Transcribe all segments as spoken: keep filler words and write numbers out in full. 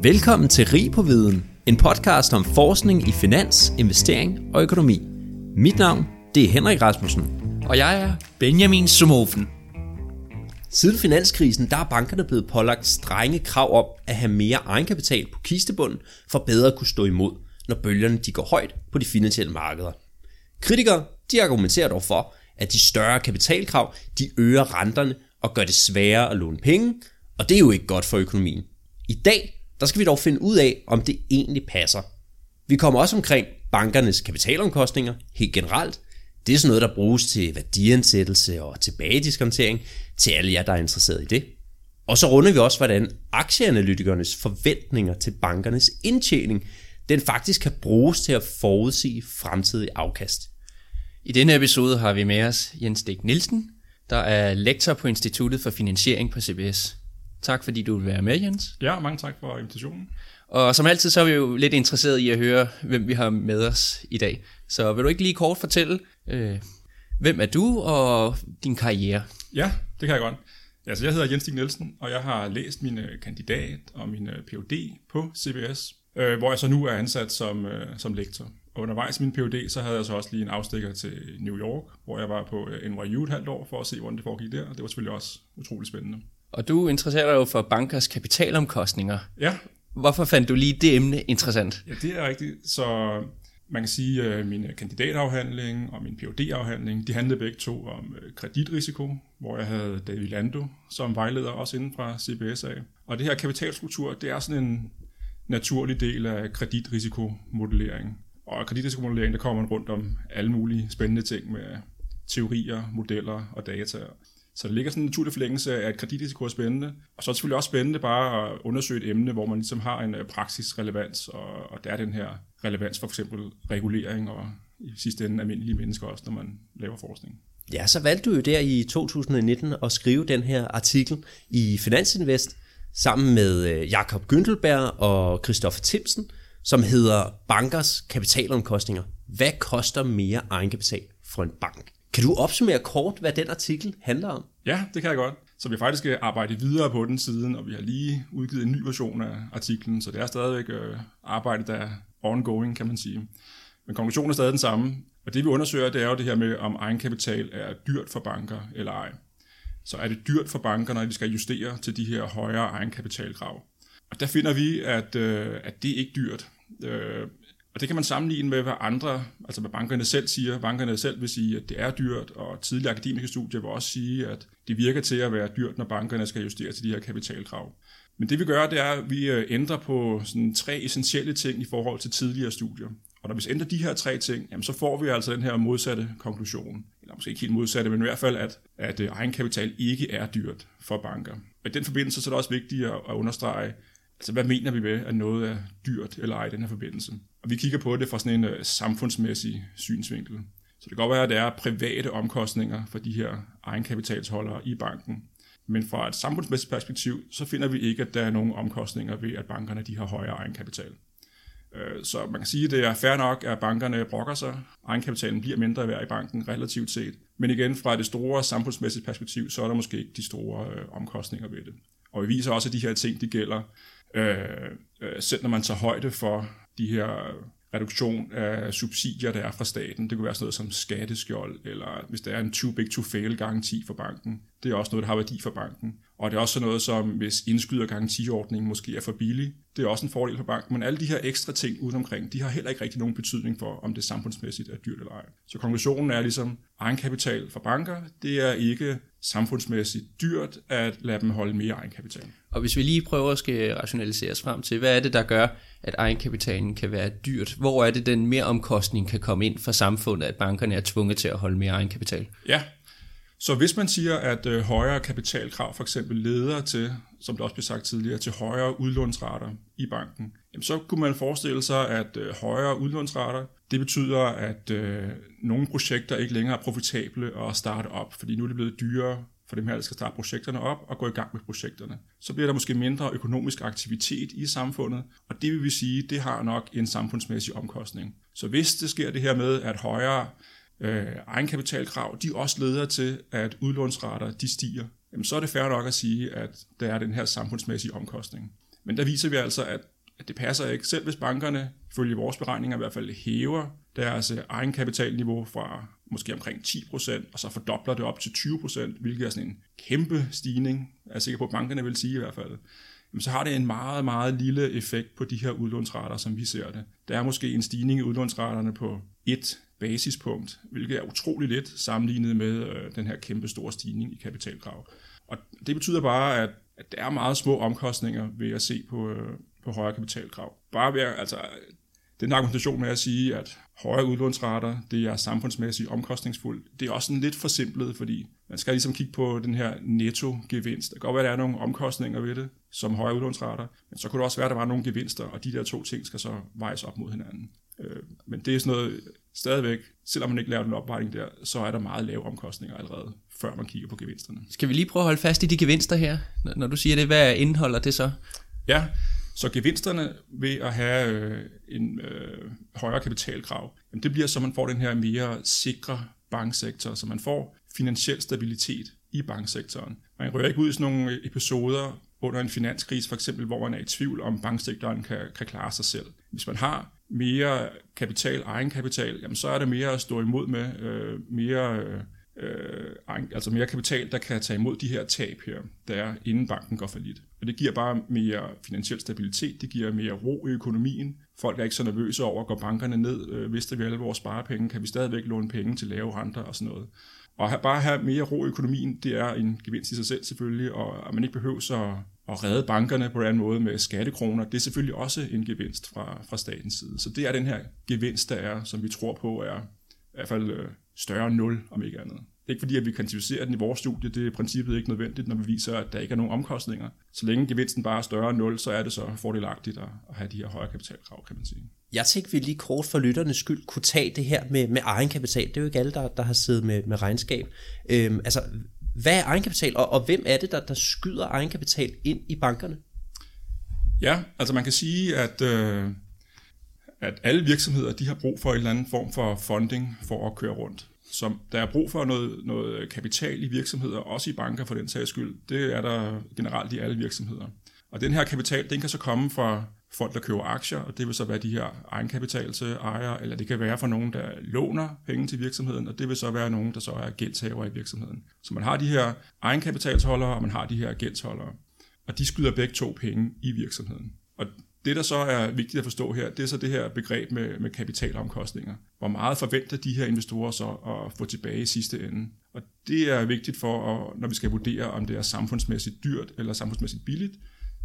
Velkommen til Rig på Viden, en podcast om forskning i finans, investering og økonomi. Mit navn, det er Henrik Rasmussen. Og jeg er Benjamin Somofen. Siden finanskrisen, der er bankerne blevet pålagt strenge krav om at have mere egenkapital på kistebunden, for bedre at kunne stå imod, når bølgerne de går højt på de finansielle markeder. Kritikere, de argumenterer dog for, at de større kapitalkrav, de øger renterne og gør det sværere at låne penge, og det er jo ikke godt for økonomien. I dag, der skal vi dog finde ud af, om det egentlig passer. Vi kommer også omkring bankernes kapitalomkostninger helt generelt. Det er sådan noget, der bruges til værdiansættelse og tilbagediskontering til alle jer, der er interesseret i det. Og så runder vi også, hvordan aktieanalytikernes forventninger til bankernes indtjening, den faktisk kan bruges til at forudsige fremtidig afkast. I denne episode har vi med os Jens Stig Nielsen, der er lektor på Instituttet for Finansiering på C B S. Tak fordi du vil være med, Jens. Ja, mange tak for invitationen. Og som altid, så er vi jo lidt interesseret i at høre, hvem vi har med os i dag. Så vil du ikke lige kort fortælle, øh, hvem er du og din karriere? Ja, det kan jeg godt. Altså, jeg hedder Jens Stig Nielsen, og jeg har læst min kandidat og min Ph.D. på C B S, øh, hvor jeg så nu er ansat som, øh, som lektor. Og undervejs i min Ph.D., så havde jeg så også lige en afstikker til New York, hvor jeg var på N Y U et halvt år for at se, hvordan det foregik der. Og det var selvfølgelig også utrolig spændende. Og du interesserer dig jo for bankers kapitalomkostninger. Ja. Hvorfor fandt du lige det emne interessant? Ja, det er rigtigt. Så man kan sige, at min kandidatafhandling og min Ph.D.-afhandling, de handlede begge to om kreditrisiko, hvor jeg havde David Lando som vejleder også inden fra C B S A. Og det her kapitalstruktur, det er sådan en naturlig del af kreditrisikomodellering. Og kreditrisikomodellering, der kommer man rundt om alle mulige spændende ting med teorier, modeller og data. Så det ligger sådan en naturlig forlængelse af, at kreditrisiko er spændende. Og så er det selvfølgelig også spændende bare at undersøge et emne, hvor man ligesom har en praksisrelevans, og, og der er den her relevans for eksempel regulering og i sidste ende almindelige mennesker også, når man laver forskning. Ja, så valgte du jo der i to tusind nitten at skrive den her artikel i Finansinvest sammen med Jakob Gündelberg og Christoffer Timsen, som hedder Bankers kapitalomkostninger. Hvad koster mere egenkapital for en bank? Kan du opsummere kort, hvad den artikel handler om? Ja, det kan jeg godt. Så vi har faktisk arbejdet videre på den siden, og vi har lige udgivet en ny version af artiklen, så det er stadigvæk arbejdet, der er ongoing, kan man sige. Men konklusionen er stadig den samme, og det vi undersøger, det er jo det her med, om egenkapital er dyrt for banker eller ej. Så er det dyrt for banker, når de skal justere til de her højere egenkapitalkrav. Og der finder vi, at, at det ikke er dyrt. Og det kan man sammenligne med, hvad andre, altså hvad bankerne selv siger. Bankerne selv vil sige, at det er dyrt, og tidligere akademiske studier vil også sige, at det virker til at være dyrt, når bankerne skal justere til de her kapitalkrav. Men det vi gør, det er, at vi ændrer på sådan tre essentielle ting i forhold til tidligere studier. Og når vi ændrer de her tre ting, jamen så får vi altså den her modsatte konklusion. Eller måske ikke helt modsatte, men i hvert fald, at, at egenkapital ikke er dyrt for banker. Og i den forbindelse så er det også vigtigt at understrege, altså, hvad mener vi med, at noget er dyrt eller ej i den her forbindelse? Og vi kigger på det fra sådan en uh, samfundsmæssig synsvinkel. Så det kan godt være, at der er private omkostninger for de her egenkapitalsholdere i banken. Men fra et samfundsmæssigt perspektiv, så finder vi ikke, at der er nogen omkostninger ved, at bankerne de har højere egenkapital. Uh, så man kan sige, at det er fair nok, at bankerne brokker sig. Egenkapitalen bliver mindre værd i banken relativt set. Men igen, fra det store samfundsmæssige perspektiv, så er der måske ikke de store uh, omkostninger ved det. Og vi viser også, at de her ting, de gælder, øh, øh, selv når man tager højde for de her reduktion af subsidier, der er fra staten. Det kunne være sådan noget som skatteskjold, eller hvis der er en too big to fail garanti for banken. Det er også noget, der har værdi for banken. Og det er også sådan noget som, hvis indskydergarantiordningen måske er for billig. Det er også en fordel for banken. Men alle de her ekstra ting udenomkring, de har heller ikke rigtig nogen betydning for, om det samfundsmæssigt er dyrt eller ej. Så konklusionen er ligesom, egenkapital for banker, det er ikke samfundsmæssigt dyrt at lade dem holde mere egenkapital. Og hvis vi lige prøver at skal rationaliseres frem til, hvad er det, der gør, at egenkapitalen kan være dyrt? Hvor er det, den mere omkostning kan komme ind for samfundet, at bankerne er tvunget til at holde mere egenkapital? Ja, så hvis man siger, at øh, højere kapitalkrav for eksempel leder til, som det også blev sagt tidligere, til højere udlånsrater i banken, jamen, så kunne man forestille sig, at øh, højere udlånsrater, det betyder, at øh, nogle projekter ikke længere er profitable at starte op, fordi nu er det blevet dyrere for dem her, der skal starte projekterne op og gå i gang med projekterne. Så bliver der måske mindre økonomisk aktivitet i samfundet, og det vil vi sige, det har nok en samfundsmæssig omkostning. Så hvis det sker det her med, at højere øh, egenkapitalkrav, de også leder til, at udlånsrater de stiger, jamen, så er det fair nok at sige, at der er den her samfundsmæssige omkostning. Men der viser vi altså, at, at det passer ikke. Selv hvis bankerne, ifølge vores beregninger i hvert fald, hæver deres egenkapitalniveau fra måske omkring ti procent, og så fordobler det op til tyve procent, hvilket er sådan en kæmpe stigning, jeg er sikker på, at bankerne vil sige i hvert fald, jamen så har det en meget, meget lille effekt på de her udlånsrater, som vi ser det. Der er måske en stigning i udlånsraterne på et basispunkt, hvilket er utrolig lidt sammenlignet med øh, den her kæmpe store stigning i kapitalkrav. Og det betyder bare, at, at der er meget små omkostninger ved at se på, øh, på højere kapitalkrav. Bare ved at, altså, den argumentation med at sige, at højere udlånsrater, det er samfundsmæssigt omkostningsfuldt, det er også sådan lidt forsimplet, fordi man skal ligesom kigge på den her netto-gevinst. Det kan godt være, at der er nogle omkostninger ved det, som højere udlånsrater, men så kunne det også være, at der var nogle gevinster, og de der to ting skal så vejes op mod hinanden. Men det er sådan noget, stadigvæk, selvom man ikke laver den opvejning der, så er der meget lave omkostninger allerede, før man kigger på gevinsterne. Skal vi lige prøve at holde fast i de gevinster her, når du siger det? Hvad indeholder det så? Ja, så gevinsterne ved at have øh, en øh, højere kapitalkrav, jamen det bliver så, man får den her mere sikre banksektor, så man får finansiel stabilitet i banksektoren. Man rører ikke ud i sådan nogle episoder under en finanskrise, for eksempel, hvor man er i tvivl om banksektoren kan, kan klare sig selv. Hvis man har mere kapital, egenkapital, jamen så er det mere at stå imod med, øh, mere, øh, altså mere kapital, der kan tage imod de her tab her, der er, inden banken går fallit. Og det giver bare mere finansiel stabilitet, det giver mere ro i økonomien. Folk er ikke så nervøse over, går bankerne ned, øh, mister vi alle vores sparepenge, kan vi stadigvæk låne penge til lave renter og sådan noget. Og bare have mere ro i økonomien, det er en gevinst i sig selv selvfølgelig, og at man ikke behøver så at redde bankerne på en måde med skattekroner, det er selvfølgelig også en gevinst fra, fra statens side. Så det er den her gevinst, der er, som vi tror på er i hvert fald større end nul, om ikke andet. Det er ikke fordi, at vi kvantificerer den i vores studie, det er i princippet ikke nødvendigt, når vi viser, at der ikke er nogen omkostninger. Så længe gevinsten bare er større end nul, så er det så fordelagtigt at have de her højere kapitalkrav, kan man sige. Jeg tænkte, vi lige kort for lytternes skyld kunne tage det her med, med egenkapital. Det er jo ikke alle, der, der har siddet med, med regnskab. Øhm, altså, hvad er egenkapital, og, og hvem er det, der, der skyder egenkapital ind i bankerne? Ja, altså man kan sige, at, øh, at alle virksomheder, de har brug for en eller anden form for funding for at køre rundt. Så der er brug for noget, noget kapital i virksomheder, også i banker for den sags skyld. Det er der generelt i alle virksomheder. Og den her kapital, den kan så komme fra folk, der køber aktier, og det vil så være de her egenkapitalsejere, eller det kan være fra nogen, der låner penge til virksomheden, og det vil så være nogen, der så er gældshavere i virksomheden. Så man har de her egenkapitalsholdere, og man har de her gældsholdere, og de skyder begge to penge i virksomheden. Og det, der så er vigtigt at forstå her, det er så det her begreb med, med kapitalomkostninger. Hvor meget forventer de her investorer så at få tilbage i sidste ende? Og det er vigtigt for, at, når vi skal vurdere, om det er samfundsmæssigt dyrt eller samfundsmæssigt billigt,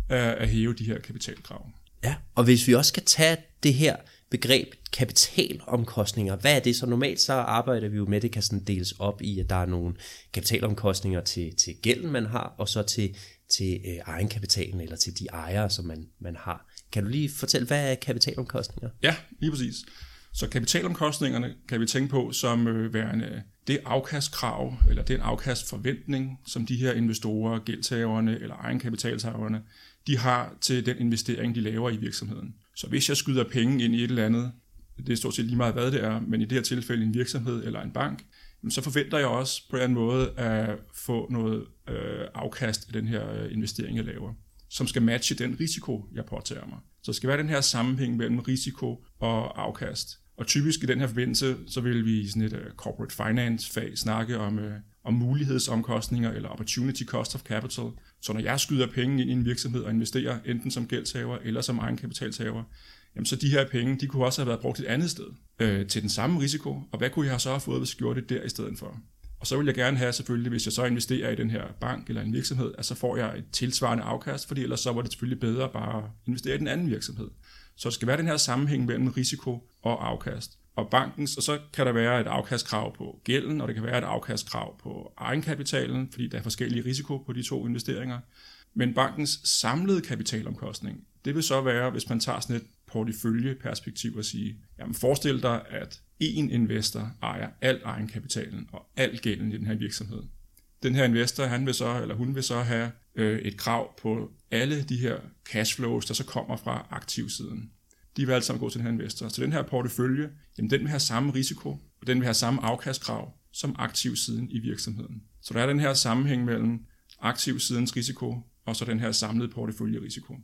at hæve de her kapitalkrav. Ja, og hvis vi også skal tage det her begreb kapitalomkostninger, hvad er det så? Normalt så arbejder vi jo med, at det kan sådan deles op i, at der er nogle kapitalomkostninger til, til gælden, man har, og så til, til øh, egenkapitalen eller til de ejere, som man, man har. Kan du lige fortælle, hvad er kapitalomkostninger? Ja, lige præcis. Så kapitalomkostningerne kan vi tænke på som øh, værende det afkastkrav, eller den afkastforventning, som de her investorer, gældshaverne eller egenkapitalshaverne, de har til den investering, de laver i virksomheden. Så hvis jeg skyder penge ind i et eller andet, det er stort set lige meget, hvad det er, men i det her tilfælde en virksomhed eller en bank, så forventer jeg også på en måde at få noget øh, afkast af den her investering, jeg laver, som skal matche den risiko, jeg påtager mig. Så det skal være den her sammenhæng mellem risiko og afkast. Og typisk i den her forbindelse, så vil vi i sådan et uh, corporate finance-fag snakke om, uh, om mulighedsomkostninger eller opportunity cost of capital. Så når jeg skyder penge ind i en virksomhed og investerer enten som gældshaver eller som egenkapitalshaver, jamen så de her penge, de kunne også have været brugt et andet sted øh, til den samme risiko. Og hvad kunne jeg så have fået, hvis jeg gjorde det der i stedet for? Og så vil jeg gerne have selvfølgelig, hvis jeg så investerer i den her bank eller en virksomhed, at så får jeg et tilsvarende afkast, fordi ellers så var det selvfølgelig bedre bare at investere i den anden virksomhed. Så det skal være den her sammenhæng mellem risiko og afkast. Og bankens, og så kan der være et afkastkrav på gælden, og det kan være et afkastkrav på egenkapitalen, fordi der er forskellige risiko på de to investeringer. Men bankens samlede kapitalomkostning, det vil så være, hvis man tager sådan et porteføljeperspektiv og sige, jamen forestil dig, at en investor ejer al egenkapitalen og al gælden i den her virksomhed. Den her investor, han vil så, eller hun vil så have øh, et krav på alle de her cashflows, der så kommer fra aktivsiden. De vil alle sammen gå til den her investor. Så den her portefølje, jamen den vil have samme risiko, og den vil have samme afkastkrav som aktivsiden i virksomheden. Så der er den her sammenhæng mellem aktivsidens risiko og så den her samlede porteføljerisiko.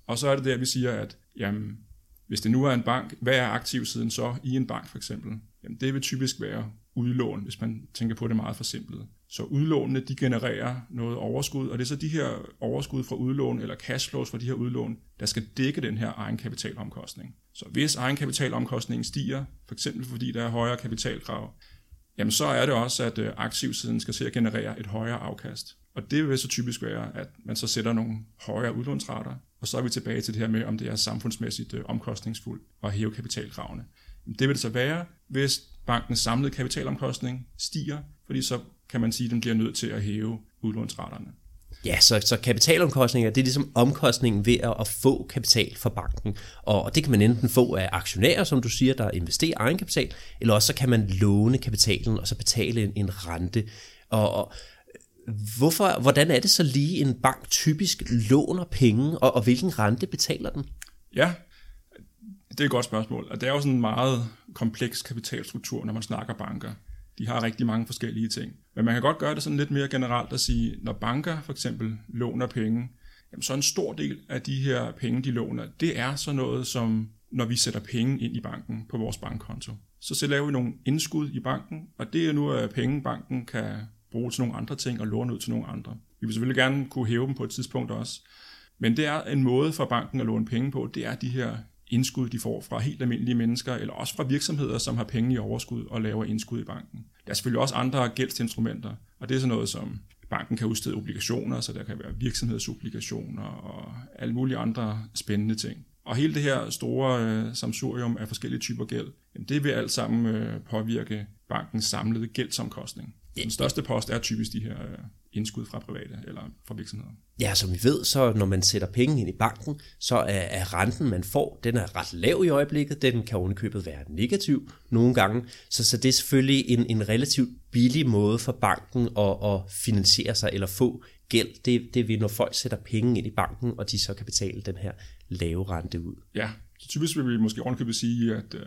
Og så er det der, vi siger, at jamen, hvis det nu er en bank, hvad er aktivsiden så i en bank for eksempel? Jamen, det vil typisk være udlån, hvis man tænker på det meget forsimplet. Så udlånene, de genererer noget overskud, og det er så de her overskud fra udlån, eller cashflows fra de her udlån, der skal dække den her egenkapitalomkostning. Så hvis egenkapitalomkostningen stiger, for eksempel fordi der er højere kapitalkrav, jamen så er det også, at aktivsiden skal til at generere et højere afkast. Og det vil så typisk være, at man så sætter nogle højere udlånsrater, og så er vi tilbage til det her med, om det er samfundsmæssigt omkostningsfuldt at hæve kapitalkravene. Det vil det så være, hvis bankens samlede kapitalomkostning stiger, fordi så kan man sige, at den bliver nødt til at hæve udlånsraterne. Ja, så, så kapitalomkostninger, det er ligesom omkostningen ved at, at få kapital fra banken. Og det kan man enten få af aktionærer, som du siger, der investerer egenkapital, eller også så kan man låne kapitalen og så betale en, en rente. Og, og hvorfor, hvordan er det så lige, en bank typisk låner penge, og, og hvilken rente betaler den? Ja, det er et godt spørgsmål. Og det er jo sådan en meget kompleks kapitalstruktur, når man snakker banker. De har rigtig mange forskellige ting. Men man kan godt gøre det sådan lidt mere generelt at sige, når banker for eksempel låner penge, jamen så en stor del af de her penge, de låner, det er så noget som, når vi sætter penge ind i banken på vores bankkonto. Så, så laver vi nogle indskud i banken, og det er nu, at penge banken kan bruge til nogle andre ting og låne ud til nogle andre. Vi vil selvfølgelig gerne kunne hæve dem på et tidspunkt også. Men det er en måde for banken at låne penge på, det er de her indskud, de får fra helt almindelige mennesker, eller også fra virksomheder, som har penge i overskud og laver indskud i banken. Der er selvfølgelig også andre gældsinstrumenter, og det er sådan noget som, banken kan udstede obligationer, så der kan være virksomhedsobligationer og alle mulige andre spændende ting. Og hele det her store øh, samsurium af forskellige typer gæld, jamen det vil alt sammen øh, påvirke bankens samlede gældsomkostning. Den største post er typisk de her øh, indskud fra private eller fra virksomheder. Ja, som vi ved, så når man sætter penge ind i banken, så er, er renten, man får, den er ret lav i øjeblikket. Den kan ovenikøbet være negativ nogle gange. Så, så det er selvfølgelig en, en relativt billig måde for banken at, at finansiere sig eller få gæld. Det, det er, når folk sætter penge ind i banken, og de så kan betale den her lave rente ud. Ja, så typisk vil vi måske ovenikøbet sige, at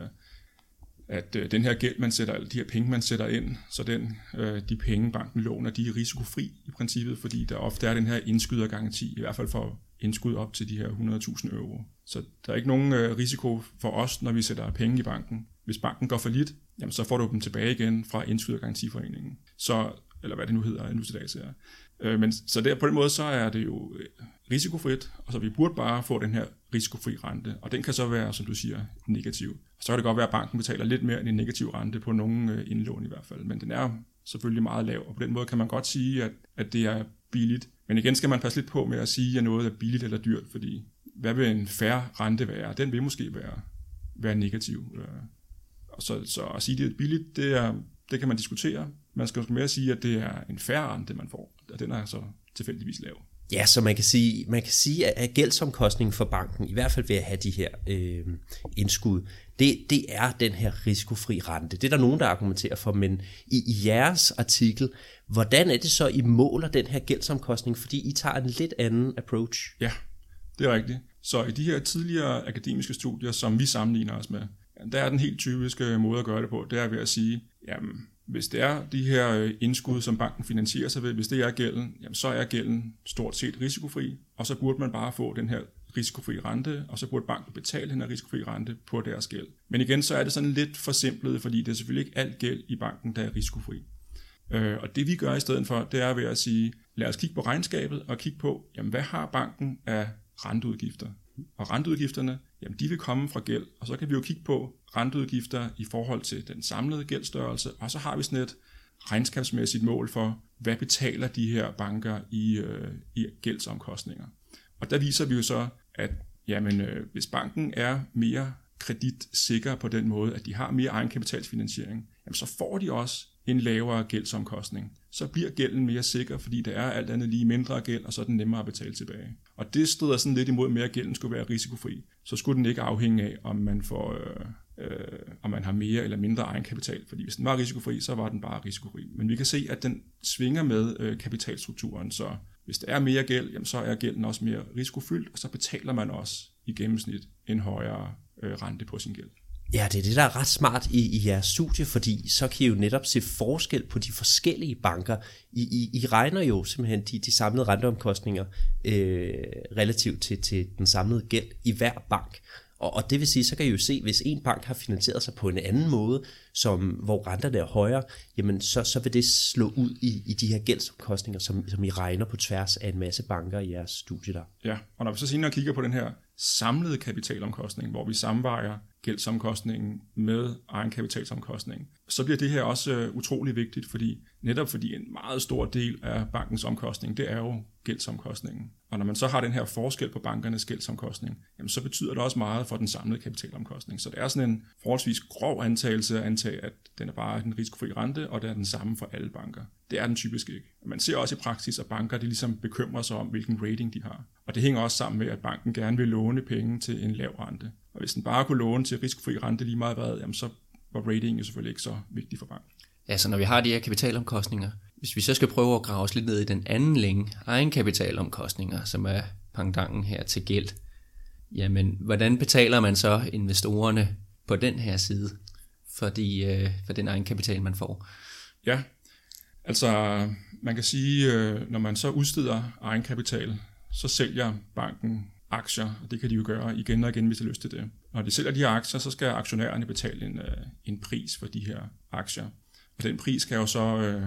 at øh, den her gæld, man sætter, eller de her penge, man sætter ind, så den, øh, de penge, banken låner, de er risikofri i princippet, fordi der ofte er den her indskydergaranti, i hvert fald for indskud op til de her hundrede tusind euro. Så der er ikke nogen øh, risiko for os, når vi sætter penge i banken. Hvis banken går fallit, jamen så får du dem tilbage igen fra indskydergarantiforeningen. Så, eller hvad det nu hedder nu til dags her. Øh, men så der på den måde, så er det jo risikofrit, og så vi burde bare få den her risikofri rente, og den kan så være, som du siger, negativ. Så kan det godt være, at banken betaler lidt mere end en negativ rente på nogle indlån i hvert fald, men den er selvfølgelig meget lav, og på den måde kan man godt sige, at, at det er billigt. Men igen skal man passe lidt på med at sige, at noget er billigt eller dyrt, fordi hvad vil en fair rente være? Den vil måske være, være negativ. Og så, så at sige, at det er billigt, det, er, det kan man diskutere. Man skal også mere sige, at det er en fair rente, man får, og den er så tilfældigvis lav. Ja, så man kan sige, man kan sige at gældsomkostningen for banken, i hvert fald ved at have de her øh, indskud, det, det er den her risikofri rente. Det er der nogen, der argumenterer for, men i, i jeres artikel, hvordan er det så, I måler den her gældsomkostning? Fordi I tager en lidt anden approach. Ja, det er rigtigt. Så i de her tidligere akademiske studier, som vi sammenligner os med, der er den helt typiske måde at gøre det på, det er ved at sige, jamen, hvis det er de her indskud, som banken finansierer sig ved, hvis det er gælden, jamen så er gælden stort set risikofri, og så burde man bare få den her risikofri rente, og så burde banken betale den her risikofri rente på deres gæld. Men igen, så er det sådan lidt forsimplet, fordi det er selvfølgelig ikke alt gæld i banken, der er risikofri. Og det vi gør i stedet for, det er ved at sige, lad os kigge på regnskabet og kigge på, jamen hvad har banken af renteudgifter? Og renteudgifterne, jamen de vil komme fra gæld, og så kan vi jo kigge på renteudgifter i forhold til den samlede gældsstørrelse, og så har vi sådan et regnskabsmæssigt mål for, hvad betaler de her banker i, øh, i gældsomkostninger. Og der viser vi jo så, at jamen, øh, hvis banken er mere kreditsikker på den måde, at de har mere egenkapitalsfinansiering, jamen, så får de også en lavere gældsomkostning. Så bliver gælden mere sikker, fordi der er alt andet lige mindre gæld, og så er den nemmere at betale tilbage. Og det strider sådan lidt imod med, at gælden skulle være risikofri. Så skulle den ikke afhænge af, om man, får, øh, øh, om man har mere eller mindre egenkapital. Fordi hvis den var risikofri, så var den bare risikofri. Men vi kan se, at den svinger med øh, kapitalstrukturen. Så hvis der er mere gæld, jamen, så er gælden også mere risikofyldt, og så betaler man også i gennemsnit en højere øh, rente på sin gæld. Ja, det er det, der er ret smart i, i jeres studie, fordi så kan I jo netop se forskel på de forskellige banker. I, I, I regner jo simpelthen de, de samlede renteomkostninger øh, relativt til, til den samlede gæld i hver bank. Og, og det vil sige, så kan I jo se, hvis en bank har finansieret sig på en anden måde, som, hvor renterne er højere, jamen så, så vil det slå ud i, i de her gældsomkostninger, som, som I regner på tværs af en masse banker i jeres studie der. Ja, og når vi så senere kigger på den her samlede kapitalomkostning, hvor vi sammenvejer gældsomkostningen med egenkapitalsomkostningen, så bliver det her også utrolig vigtigt, fordi netop fordi en meget stor del af bankens omkostning, det er jo gældsomkostningen. Og når man så har den her forskel på bankernes gældsomkostning, jamen så betyder det også meget for den samlede kapitalomkostning. Så det er sådan en forholdsvis grov antagelse at antage, at den er bare den risikofri rente, og det er den samme for alle banker. Det er den typisk ikke. Man ser også i praksis, at banker de ligesom bekymrer sig om, hvilken rating de har. Og det hænger også sammen med, at banken gerne vil låne penge til en lav rente. Og hvis den bare kunne låne til risikofri rente lige meget hvad, jamen så var ratingen selvfølgelig ikke så vigtig for banken. Ja, så når vi har de her kapitalomkostninger, hvis vi så skal prøve at grave os lidt ned i den anden længe, egenkapitalomkostninger, som er pendenten her til gæld, jamen hvordan betaler man så investorerne på den her side for, de, øh, for den egenkapital, man får? Ja, altså man kan sige, når man så udsteder egenkapital, så sælger banken aktier, og det kan de jo gøre igen og igen, hvis de har lyst til det. Når de sælger de her aktier, så skal aktionærerne betale en, en pris for de her aktier. Og den pris kan jo så øh,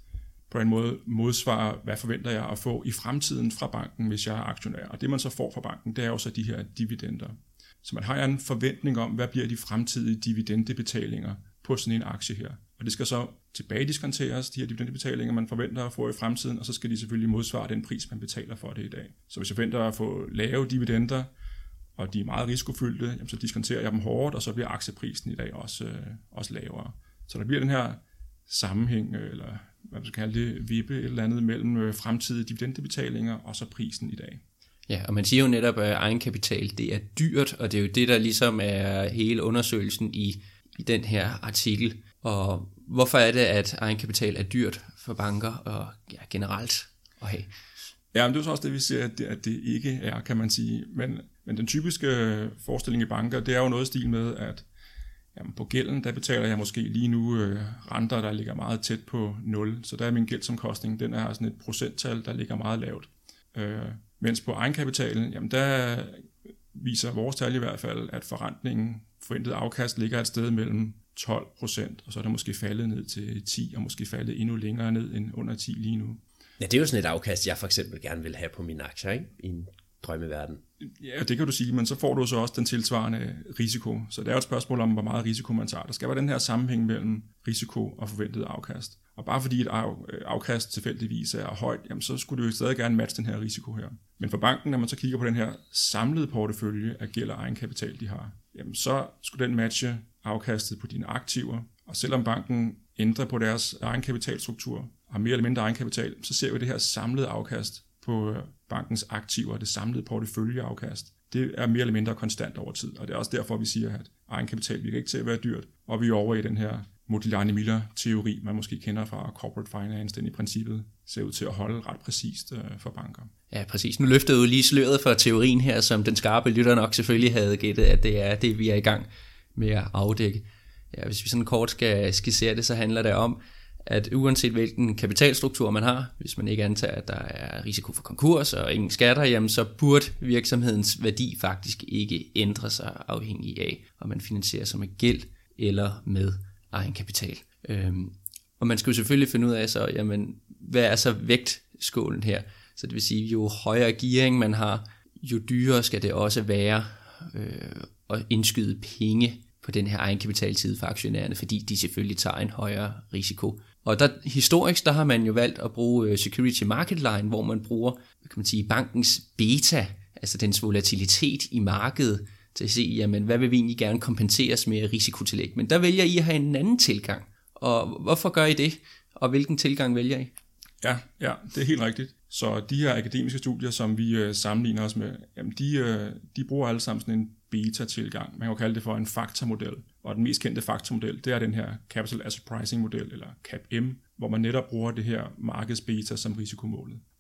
på en måde modsvare, hvad forventer jeg at få i fremtiden fra banken, hvis jeg er aktionær. Og det man så får fra banken, det er jo så de her dividender. Så man har en forventning om, hvad bliver de fremtidige dividendebetalinger på sådan en aktie her. Og det skal så tilbagediskonteres, de her dividendebetalinger, man forventer at få i fremtiden, og så skal de selvfølgelig modsvare den pris, man betaler for det i dag. Så hvis jeg forventer at få lave dividender, og de er meget risikofyldte, jamen så diskonterer jeg dem hårdt, og så bliver aktieprisen i dag også, øh, også lavere. Så der bliver den her sammenhæng, eller hvad man skal kalde det, vippe et eller andet mellem øh, fremtidige dividendebetalinger og så prisen i dag. Ja, og man siger jo netop, at egenkapital, det er dyrt, og det er jo det, der ligesom er hele undersøgelsen i, i den her artikel. Og hvorfor er det, at egenkapital er dyrt for banker og ja, generelt at have? Ja, men det er så også det, vi ser, at det, at det ikke er, kan man sige. Men, men den typiske forestilling i banker, det er jo noget i stil med, at jamen, på gælden, der betaler jeg måske lige nu øh, renter, der ligger meget tæt på nul. Så der er min gældsomkostning, den er sådan et procenttal, der ligger meget lavt. Øh, mens på egenkapitalen, jamen der viser vores tal i hvert fald, at forrentningen, forventet afkast, ligger et sted mellem tolv procent, og så er der måske faldet ned til ti, og måske faldet endnu længere ned end under ti lige nu. Ja, det er jo sådan et afkast, jeg for eksempel gerne vil have på mine aktier, ikke? I en drømmeverden. Ja, det kan du sige, men så får du så også den tilsvarende risiko. Så det er jo et spørgsmål om, hvor meget risiko man tager. Der skal være den her sammenhæng mellem risiko og forventet afkast. Og bare fordi et afkast tilfældigvis er højt, jamen så skulle du jo stadig gerne matche den her risiko her. Men for banken, når man så kigger på den her samlede portefølje af gæld og egenkapital, de har, jamen så skulle den matche afkastet på dine aktiver. Og selvom banken ændrer på deres egenkapitalstruktur, har mere eller mindre egenkapital, så ser vi det her samlede afkast på bankens aktiver, det samlede porteføljeafkast. Det er mere eller mindre konstant over tid, og det er også derfor, vi siger, at egenkapital virker ikke til at være dyrt, og vi er over i den her Modigliani-Miller-teori, man måske kender fra corporate finance, den i princippet ser ud til at holde ret præcist for banker. Ja, præcis. Nu løftede du lige sløret for teorien her, som den skarpe lytter nok selvfølgelig havde gættet, at det er det, vi er i gang med at afdække. Ja, hvis vi sådan kort skal skitsere det, så handler det om, at uanset hvilken kapitalstruktur man har, hvis man ikke antager, at der er risiko for konkurs og ingen skatter, jamen så burde virksomhedens værdi faktisk ikke ændre sig afhængig af, om man finansierer sig med gæld eller med egenkapital. Øhm, og man skal jo selvfølgelig finde ud af, så, jamen, hvad er så vægtskålen her? Så det vil sige, jo højere gearing man har, jo dyrere skal det også være øh, at indskyde penge på den her egenkapitalside for aktionærerne, fordi de selvfølgelig tager en højere risiko. Og der, historisk der har man jo valgt at bruge security market line, hvor man bruger, hvad kan man sige, bankens beta, altså dens volatilitet i markedet, til at se, jamen, hvad vil vi egentlig gerne kompenseres med risikotillæg. Men der vælger I at have en anden tilgang. Og hvorfor gør I det? Og hvilken tilgang vælger I? Ja, ja, det er helt rigtigt. Så de her akademiske studier, som vi øh, sammenligner os med, jamen de, øh, de bruger alle sammen sådan en beta-tilgang. Man kan jo kalde det for en faktormodel. Og den mest kendte faktormodel, det er den her Capital Asset Pricing model, eller C A P M, hvor man netop bruger det her markedsbeta som risikomålet.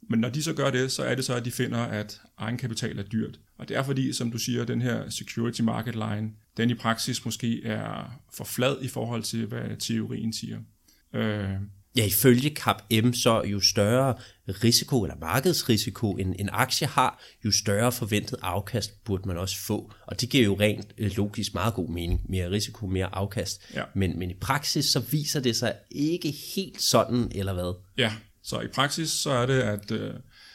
Men når de så gør det, så er det så, at de finder, at egenkapital er dyrt. Og det er fordi, som du siger, den her security market line, den i praksis måske er for flad i forhold til, hvad teorien siger. Øh, Ja, ifølge C A P M, så jo større risiko eller markedsrisiko en, en aktie har, jo større forventet afkast burde man også få. Og det giver jo rent logisk meget god mening. Mere risiko, mere afkast. Ja. Men, men i praksis, så viser det sig ikke helt sådan, eller hvad? Ja, så i praksis, så er det, at, øh,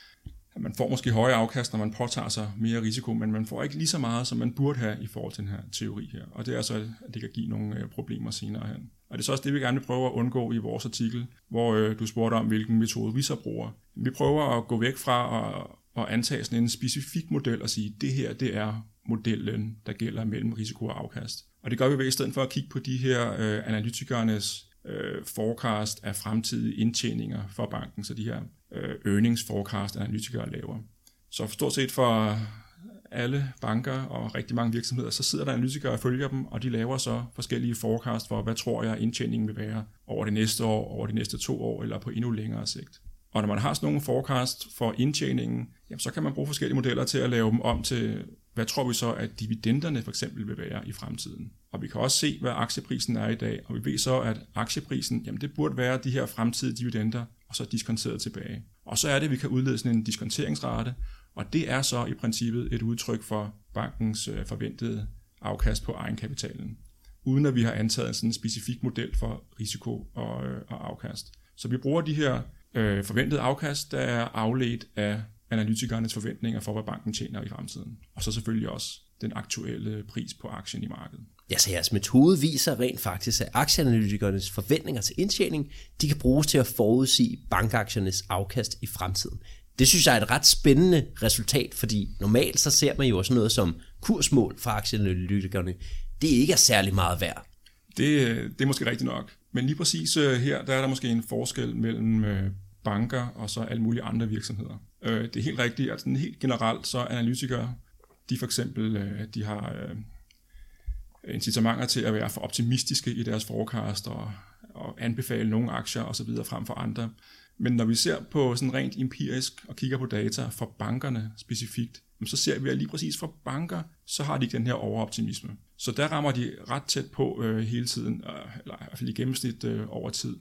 at man får måske højere afkast, når man påtager sig mere risiko, men man får ikke lige så meget, som man burde have i forhold til den her teori her. Og det er så, at det kan give nogle øh, problemer senere hen. Og det er så også det, vi gerne vil prøve at undgå i vores artikel, hvor øh, du spurgte om, hvilken metode vi så bruger. Vi prøver at gå væk fra at, at antage sådan en specifik model og sige, det her, det er modellen, der gælder mellem risiko og afkast. Og det gør vi ved i stedet for at kigge på de her øh, analytikernes øh, forecast af fremtidige indtjeninger for banken, så de her øh, earnings forecast analytikere laver. Så stort set for alle banker og rigtig mange virksomheder, så sidder der analytikere og følger dem, og de laver så forskellige forecast for, hvad tror jeg indtjeningen vil være over det næste år, over de næste to år, eller på endnu længere sigt. Og når man har sådan nogle forecast for indtjeningen, jamen, så kan man bruge forskellige modeller til at lave dem om til, hvad tror vi så, at dividenderne for eksempel vil være i fremtiden. Og vi kan også se, hvad aktieprisen er i dag, og vi ved så, at aktieprisen, jamen det burde være de her fremtidige dividender, og så diskonteret tilbage. Og så er det, at vi kan udlede sådan en diskonteringsrate, og det er så i princippet et udtryk for bankens forventede afkast på egenkapitalen, uden at vi har antaget sådan en specifik model for risiko og, og afkast. Så vi bruger de her øh, forventede afkast, der er afledt af analytikernes forventninger for, hvad banken tjener i fremtiden. Og så selvfølgelig også den aktuelle pris på aktien i markedet. Ja, så jeres metode viser rent faktisk, at aktieanalytikernes forventninger til indtjening, de kan bruges til at forudsige bankaktiernes afkast i fremtiden. Det synes jeg er et ret spændende resultat, fordi normalt så ser man jo også noget som kursmål for aktieanalytikerne. Det ikke er særlig meget værd. Det, det er måske rigtigt nok. Men lige præcis her, der er der måske en forskel mellem banker og så alle mulige andre virksomheder. Det er helt rigtigt, at sådan helt generelt så analytikere, de for eksempel de har incitamenter til at være for optimistiske i deres forecast og, og anbefale nogle aktier osv. frem for andre. Men når vi ser på sådan rent empirisk og kigger på data for bankerne specifikt, så ser vi, at lige præcis for banker, så har de ikke den her overoptimisme. Så der rammer de ret tæt på øh, hele tiden, øh, eller i hvert fald i gennemsnit øh, over tid.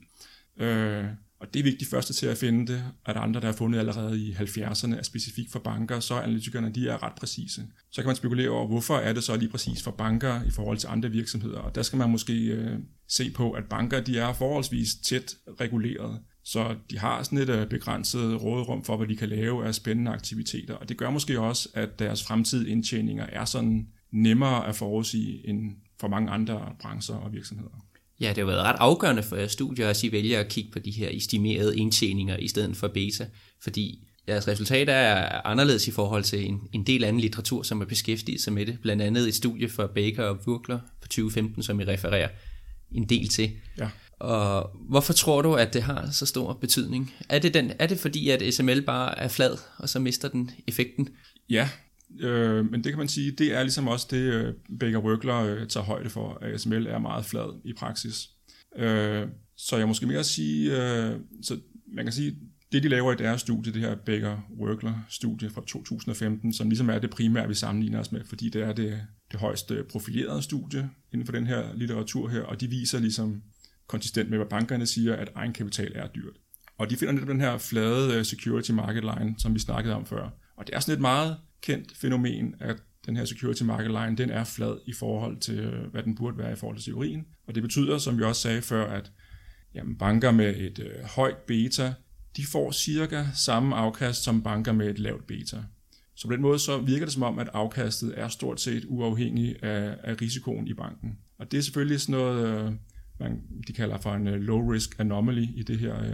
Øh, og det er vigtigt første til at finde det, at andre, der er fundet allerede i halvfjerdserne, er specifikt for banker, så analytikerne de er ret præcise. Så kan man spekulere over, hvorfor er det så lige præcis for banker i forhold til andre virksomheder. Og der skal man måske øh, se på, at banker de er forholdsvis tæt reguleret. Så de har sådan et begrænset råderum for, hvad de kan lave af spændende aktiviteter. Og det gør måske også, at deres fremtidige indtjeninger er sådan nemmere at forudsige end for mange andre brancher og virksomheder. Ja, det har været ret afgørende for jeres studier, at I vælger at kigge på de her estimerede indtjeninger i stedet for beta, fordi jeres resultater er anderledes i forhold til en, en del anden litteratur, som er beskæftiget sig med det. Blandt andet et studie for Baker og Wurgler fra tyve femten, som I refererer en del til. Ja. Og hvorfor tror du, at det har så stor betydning? Er det, den, er det fordi, at S M L bare er flad, og så mister den effekten? Ja, øh, men det kan man sige, det er ligesom også det, øh, Baker og Wurgler øh, tager højde for, at S M L er meget flad i praksis. Øh, så jeg måske mere sige, øh, så man kan sige, det de laver i deres studie, det her Baker Wurgler studie fra to tusind og femten, som ligesom er det primære, vi sammenligner os med, fordi det er det, det højst profilerede studie inden for den her litteratur her, og de viser ligesom konsistent med, hvad bankerne siger, at egenkapital er dyrt. Og de finder netop den her flade security market line, som vi snakkede om før. Og det er sådan et meget kendt fænomen, at den her security market line, den er flad i forhold til, hvad den burde være i forhold til teorien. Og det betyder, som vi også sagde før, at jamen, banker med et øh, højt beta, de får cirka samme afkast som banker med et lavt beta. Så på den måde så virker det som om, at afkastet er stort set uafhængig af, af risikoen i banken. Og det er selvfølgelig sådan noget, øh, man, de kalder for en low risk anomaly i det her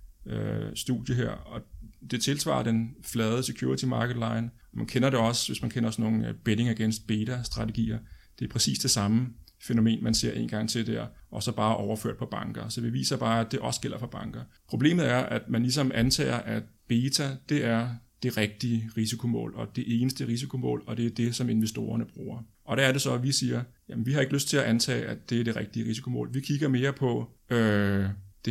øh, studie her. Og det tilsvarer den flade security market line. Man kender det også, hvis man kender sådan nogle betting against beta strategier. Det er præcis det samme fænomen, man ser en gang til der, og så bare overført på banker. Så vi viser bare, at det også gælder for banker. Problemet er, at man ligesom antager, at beta, det er det rigtige risikomål, og det eneste risikomål, og det er det, som investorerne bruger. Og der er det så, at vi siger, jamen vi har ikke lyst til at antage, at det er det rigtige risikomål. Vi kigger mere på øh, det her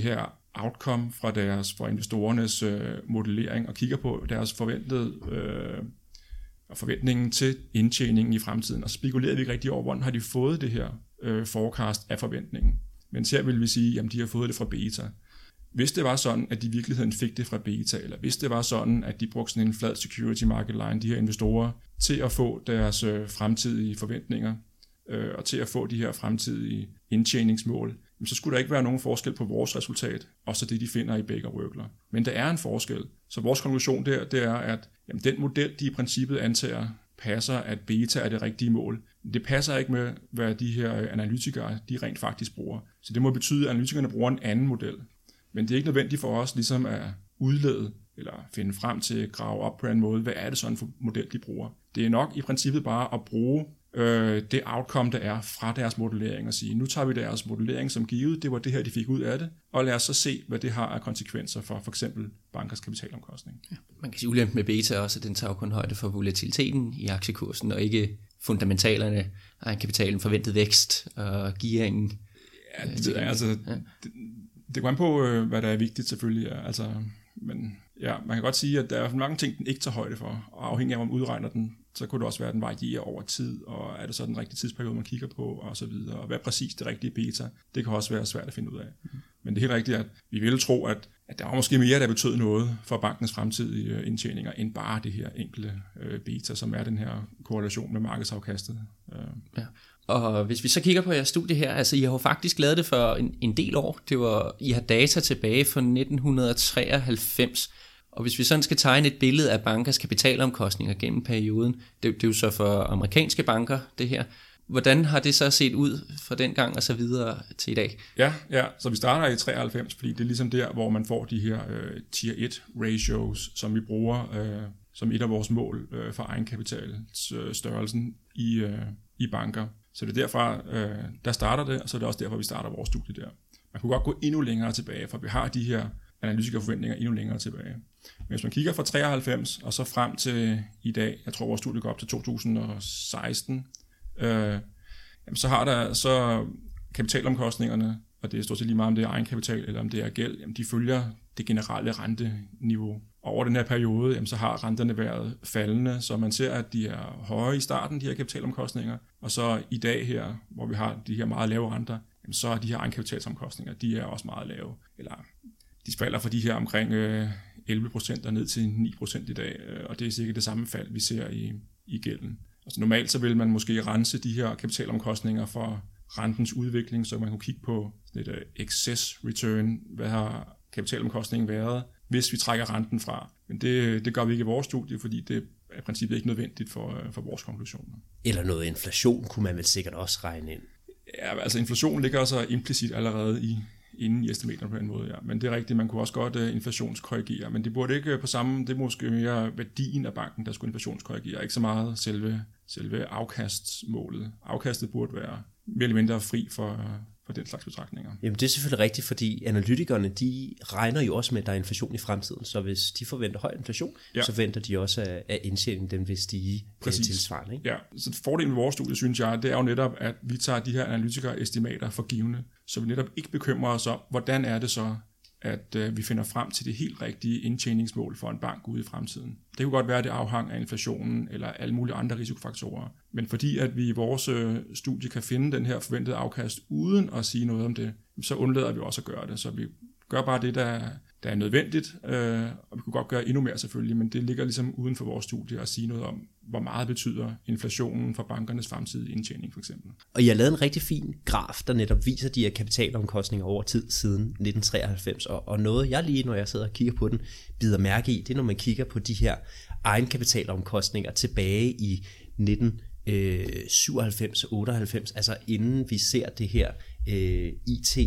outcome fra deres fra investorernes øh, modellering og kigger på deres forventede øh, forventningen til indtjeningen i fremtiden, og så spekulerer vi ikke rigtig over, hvordan har de fået det her øh, forecast af forventningen. Men her vil vi sige, at de har fået det fra beta. Hvis det var sådan, at de i virkeligheden fik det fra beta, eller hvis det var sådan, at de brugte sådan en flad security market line, de her investorer, til at få deres øh, fremtidige forventninger, øh, og til at få de her fremtidige indtjeningsmål, så skulle der ikke være nogen forskel på vores resultat, og så det, de finder i Baker Workler. Men der er en forskel. Så vores konklusion der, det er, at jamen, den model, de i princippet antager, passer, at beta er det rigtige mål. Det passer ikke med, hvad de her analytikere, de rent faktisk bruger. Så det må betyde, at analytikerne bruger en anden model. Men det er ikke nødvendigt for os ligesom at udlede, eller finde frem til at grave op på en måde, hvad er det sådan for model, de bruger. Det er nok i princippet bare at bruge øh, det outcome, der er fra deres modellering, og sige, nu tager vi deres modellering som givet, det var det her, de fik ud af det, og lad os så se, hvad det har af konsekvenser for for eksempel bankers kapitalomkostning. Ja. Man kan sige ulempe med beta også, at den tager kun højde for volatiliteten i aktiekursen, og ikke fundamentalerne af kapitalen, forventet vækst og gearingen. Ja, det, øh, altså, ja. det, det går an på, hvad der er vigtigt selvfølgelig. Ja. Altså, men ja, man kan godt sige, at der er mange ting, den ikke tager højde for, og afhængig af, om man udregner den, så kunne det også være, at den varierer over tid, og er det så den rigtige tidsperiode, man kigger på, og så videre. Og hvad er præcis det rigtige beta? Det kan også være svært at finde ud af. Mm. Men det er helt rigtigt, at vi ville tro, at, at der var måske mere, der betød noget for bankens fremtidige indtjeninger, end bare det her enkelte øh, beta, som er den her korrelation med markedsafkastet. Øh. Ja. Og hvis vi så kigger på jeres studie her, altså I har jo faktisk lavet det for en, en del år. Det var, I har data tilbage fra nitten treoghalvfems. Og hvis vi sådan skal tegne et billede af bankers kapitalomkostninger gennem perioden, det, det er jo så for amerikanske banker, det her. Hvordan har det så set ud fra den gang og så videre til i dag? Ja, ja, så vi starter i treoghalvfems, fordi det er ligesom der, hvor man får de her øh, tier et ratios, som vi bruger øh, som et af vores mål øh, for egenkapitalstørrelsen i, øh, i banker. Så det er derfra, øh, der starter det, og så er det også derfor, vi starter vores studie der. Man kunne godt gå endnu længere tilbage, for vi har de her analytikerforventninger endnu længere tilbage. Men hvis man kigger fra treoghalvfems og så frem til i dag, jeg tror vores studie går op til to tusind og seksten, øh, jamen så har der så kapitalomkostningerne, og det er stort set lige meget om det er egenkapital eller om det er gæld, jamen de følger det generelle renteniveau. Over den her periode, jamen så har renterne været faldende, så man ser, at de er høje i starten, de her kapitalomkostninger, og så i dag her, hvor vi har de her meget lave renter, jamen så er de her egenkapitalomkostninger, de er også meget lave, eller de falder fra de her omkring elleve procent og ned til ni procent i dag, og det er sikkert det samme fald, vi ser i, i gælden. Altså normalt så vil man måske rense de her kapitalomkostninger for rentens udvikling, så man kunne kigge på et uh, excess return, hvad har kapitalomkostningen været, hvis vi trækker renten fra. Men det, det gør vi ikke i vores studie, fordi det er i princippet ikke nødvendigt for, for vores konklusioner. Eller noget inflation kunne man vel sikkert også regne ind. Ja, altså inflation ligger så implicit allerede i inden i estimaterne på en måde, ja. Men det er rigtigt, man kunne også godt uh, inflationskorrigere, men det burde ikke på samme, det er måske mere værdien af banken, der skulle inflationskorrigere, ikke så meget selve, selve afkastsmålet. Afkastet burde være mere eller mindre fri for, for den slags betragtninger. Jamen det er selvfølgelig rigtigt, fordi analytikerne, de regner jo også med, at der er inflation i fremtiden, så hvis de forventer høj inflation, ja. Så venter de også, at indtjeningen den vil stige tilsvarende. Ikke? Ja, så fordelen med vores studie, synes jeg, det er jo netop, at vi tager de her analytikere-estimater for givne, så vi netop ikke bekymrer os om, hvordan er det så, at øh, vi finder frem til det helt rigtige indtjeningsmål for en bank ude i fremtiden. Det kunne godt være, at det afhang af inflationen eller alle mulige andre risikofaktorer. Men fordi at vi i vores øh, studie kan finde den her forventede afkast uden at sige noget om det, så undlader vi også at gøre det. Så vi gør bare det, der, der er nødvendigt, øh, og vi kunne godt gøre endnu mere selvfølgelig, men det ligger ligesom uden for vores studie at sige noget om, hvor meget betyder inflationen for bankernes fremtidige indtjening for eksempel. Og I har lavet en rigtig fin graf, der netop viser de her kapitalomkostninger over tid siden nitten treoghalvfems, og, og noget jeg lige, når jeg sidder og kigger på den, bider mærke i, det er når man kigger på de her egenkapitalomkostninger tilbage i nitten syvoghalvfems og otteoghalvfems, altså inden vi ser det her øh, I T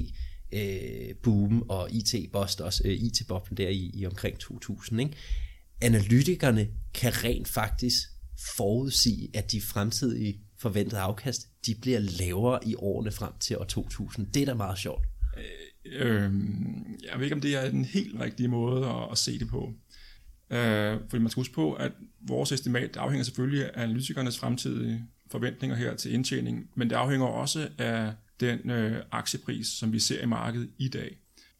boom og I T-bust, også øh, I T-boblen der i, i omkring to tusind. Ikke? Analytikerne kan rent faktisk forudsige, at de fremtidige forventede afkast, de bliver lavere i årene frem til år to tusind. Det er da meget sjovt. Øh, øh, jeg ved ikke, om det er den helt rigtige måde at, at se det på. Øh, fordi man skal huske på, at vores estimat afhænger selvfølgelig af analytikernes fremtidige forventninger her til indtjening, men det afhænger også af den øh, aktiepris, som vi ser i markedet i dag.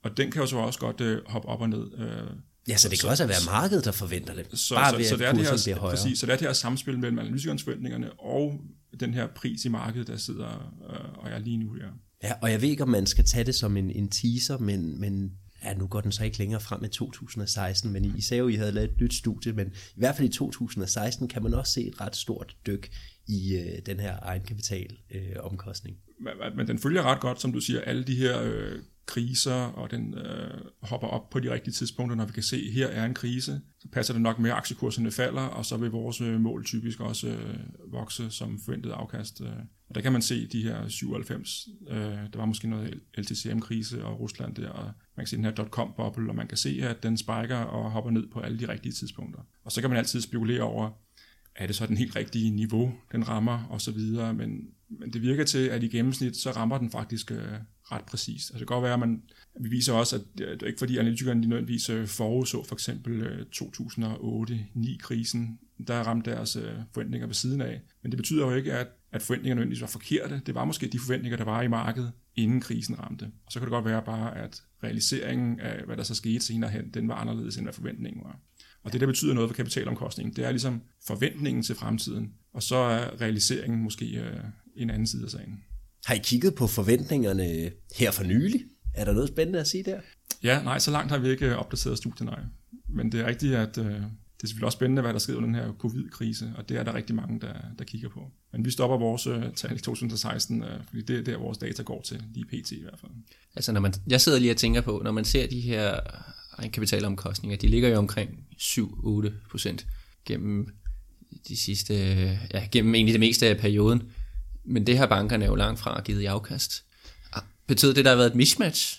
Og den kan jo så også godt øh, hoppe op og ned. Øh, ja, så det kan så, også være markedet, der forventer det. Så, bare så, ved, så, at det er det her, bliver højere. præcis, så det er det her samspil mellem analytikernes forventningerne og den her pris i markedet, der sidder øh, og er lige nu her. Ja, og jeg ved ikke, om man skal tage det som en, en teaser, men, men ja, nu går den så ikke længere frem i to tusind og seksten, men I, I sagde jo, I havde lavet et nyt studie, men i hvert fald i to tusind og seksten kan man også se et ret stort dyk i øh, den her egenkapital øh, omkostning. Men, men den følger ret godt, som du siger, alle de her øh, kriser, og den øh, hopper op på de rigtige tidspunkter, når vi kan se, at her er en krise, så passer det nok med, at aktiekurserne falder, og så vil vores øh, mål typisk også øh, vokse som forventet afkast. Øh. Og der kan man se de her syvoghalvfems, øh, der var måske noget L T C M-krise og Rusland der, og man kan se den her dot-com-boble, og man kan se, at den spiker og hopper ned på alle de rigtige tidspunkter. Og så kan man altid spekulere over, er det så den helt rigtige niveau, den rammer, og så videre, men, men det virker til, at i gennemsnit, så rammer den faktisk øh, ret præcist. Altså det kan godt være, at man, vi viser også, at det er ikke fordi analytikerne de nødvendigvis forudså for eksempel øh, to tusind og otte ni krisen, der ramte deres øh, forventninger ved siden af, men det betyder jo ikke, at, at forventningerne nødvendigvis var forkerte. Det var måske de forventninger, der var i markedet, inden krisen ramte. Og så kan det godt være bare, at realiseringen af, hvad der så skete senere hen, den var anderledes, end hvad forventningen var. Og det, der betyder noget for kapitalomkostningen, det er ligesom forventningen til fremtiden, og så er realiseringen måske øh, en anden side af sagen. Har I kigget på forventningerne her for nylig? Er der noget spændende at sige der? Ja, nej, så langt har vi ikke opdateret studiet, nej. Men det er rigtigt, at øh, det er selvfølgelig også spændende, hvad der sker under den her covid-krise, og det er der rigtig mange, der, der kigger på. Men vi stopper vores øh, tal i to tusind og seksten, øh, fordi det er der, vores data går til, lige pt. i hvert fald. Altså, når man, jeg sidder lige og tænker på, når man ser de her egenkapitalomkostninger, de ligger jo omkring syv til otte procent gennem de sidste, ja, gennem egentlig det meste af perioden. Men det har bankerne jo langt fra givet i afkast. Betyder det, der har været et mismatch?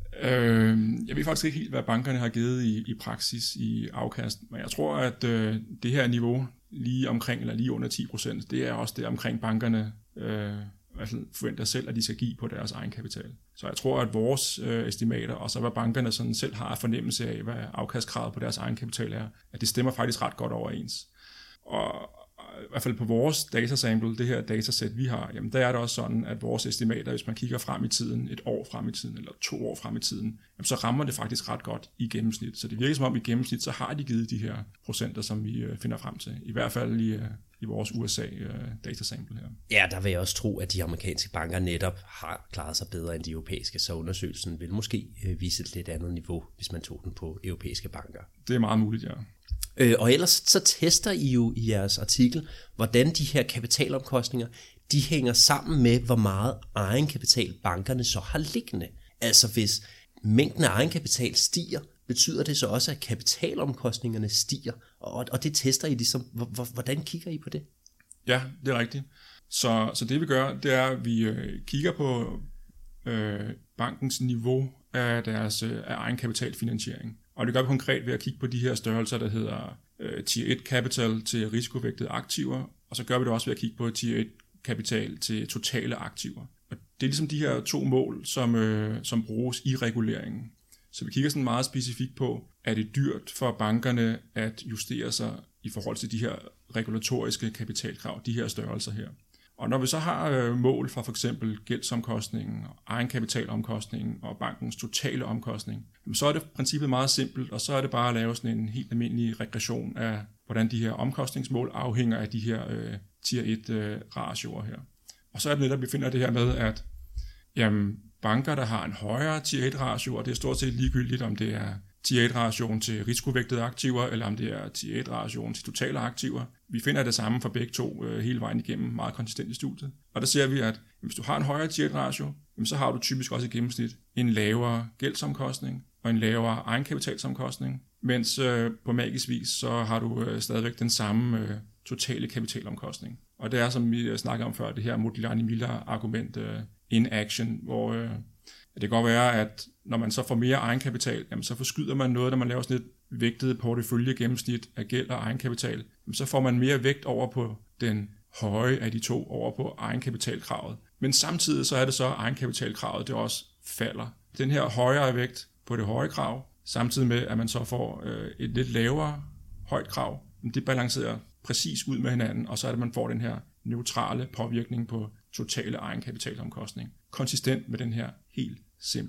Øh, jeg ved faktisk ikke helt, hvad bankerne har givet i, i praksis i afkast, men jeg tror, at øh, det her niveau lige omkring, eller lige under ti procent, det er også det omkring bankerne øh, altså forventer selv, at de skal give på deres egen kapital. Så jeg tror, at vores øh, estimater, og så hvad bankerne sådan selv har fornemmelse af, hvad afkastkravet på deres egen kapital er, at det stemmer faktisk ret godt overens. Og i hvert fald på vores datasample, det her datasæt, vi har, jamen der er det også sådan, at vores estimater, hvis man kigger frem i tiden, et år frem i tiden, eller to år frem i tiden, jamen så rammer det faktisk ret godt i gennemsnit. Så det virker som om i gennemsnit, så har de givet de her procenter, som vi øh, finder frem til. I hvert fald i, øh, i vores U S A-datasample her. Ja, der vil jeg også tro, at de amerikanske banker netop har klaret sig bedre end de europæiske, så undersøgelsen vil måske øh, vise et lidt andet niveau, hvis man tog den på europæiske banker. Det er meget muligt, ja. Øh, og ellers så tester I jo i jeres artikel, hvordan de her kapitalomkostninger, de hænger sammen med, hvor meget egenkapital bankerne så har liggende. Altså hvis mængden af egenkapital stiger, betyder det så også, at kapitalomkostningerne stiger, og, og det tester I ligesom. Hvordan kigger I på det? Ja, det er rigtigt. Så, så det vi gør, det er, at vi øh, kigger på øh, bankens niveau af deres øh, af egenkapitalfinansiering. Og det gør vi konkret ved at kigge på de her størrelser, der hedder øh, tier et kapital til risikovægtede aktiver, og så gør vi det også ved at kigge på tier et kapital til totale aktiver. Og det er ligesom de her to mål, som, øh, som bruges i reguleringen. Så vi kigger sådan meget specifikt på, er det dyrt for bankerne at justere sig i forhold til de her regulatoriske kapitalkrav, de her størrelser her. Og når vi så har øh, mål for for eksempel gældsomkostningen, egenkapitalomkostningen og bankens totale omkostning, så er det princippet meget simpelt, og så er det bare at lave sådan en helt almindelig regression af, hvordan de her omkostningsmål afhænger af de her øh, tier et øh, ratioer her. Og så er det netop, at vi finder det her med, at jamen, banker, der har en højere tier et ratio, og det er stort set ligegyldigt, om det er tier et ratioen til risikovægtede aktiver, eller om det er tier et ratioen til totale aktiver. Vi finder det samme for begge to øh, hele vejen igennem, meget konsistent i studiet. Og der ser vi, at hvis du har en højere tier et ratio, så har du typisk også i gennemsnit en lavere gældsomkostning og en lavere egenkapitalsomkostning, mens øh, på magisk vis, så har du øh, stadigvæk den samme øh, totale kapitalomkostning. Og det er, som vi snakkede om før, det her Modigliani-Miller-argument øh, in action, hvor øh, det kan godt være, at når man så får mere egenkapital, jamen, så forskyder man noget, når man laver sådan et vægtet portefølje gennemsnit af gæld og egenkapital. Jamen, så får man mere vægt over på den høje af de to, over på egenkapitalkravet. Men samtidig så er det så, at egenkapitalkravet det også falder. Den her højere vægt på det høje krav, samtidig med, at man så får øh, et lidt lavere højt krav, det balancerer præcis ud med hinanden, og så er det, at man får den her neutrale påvirkning på totale egenkapitalomkostning. Konsistent med den her helt simple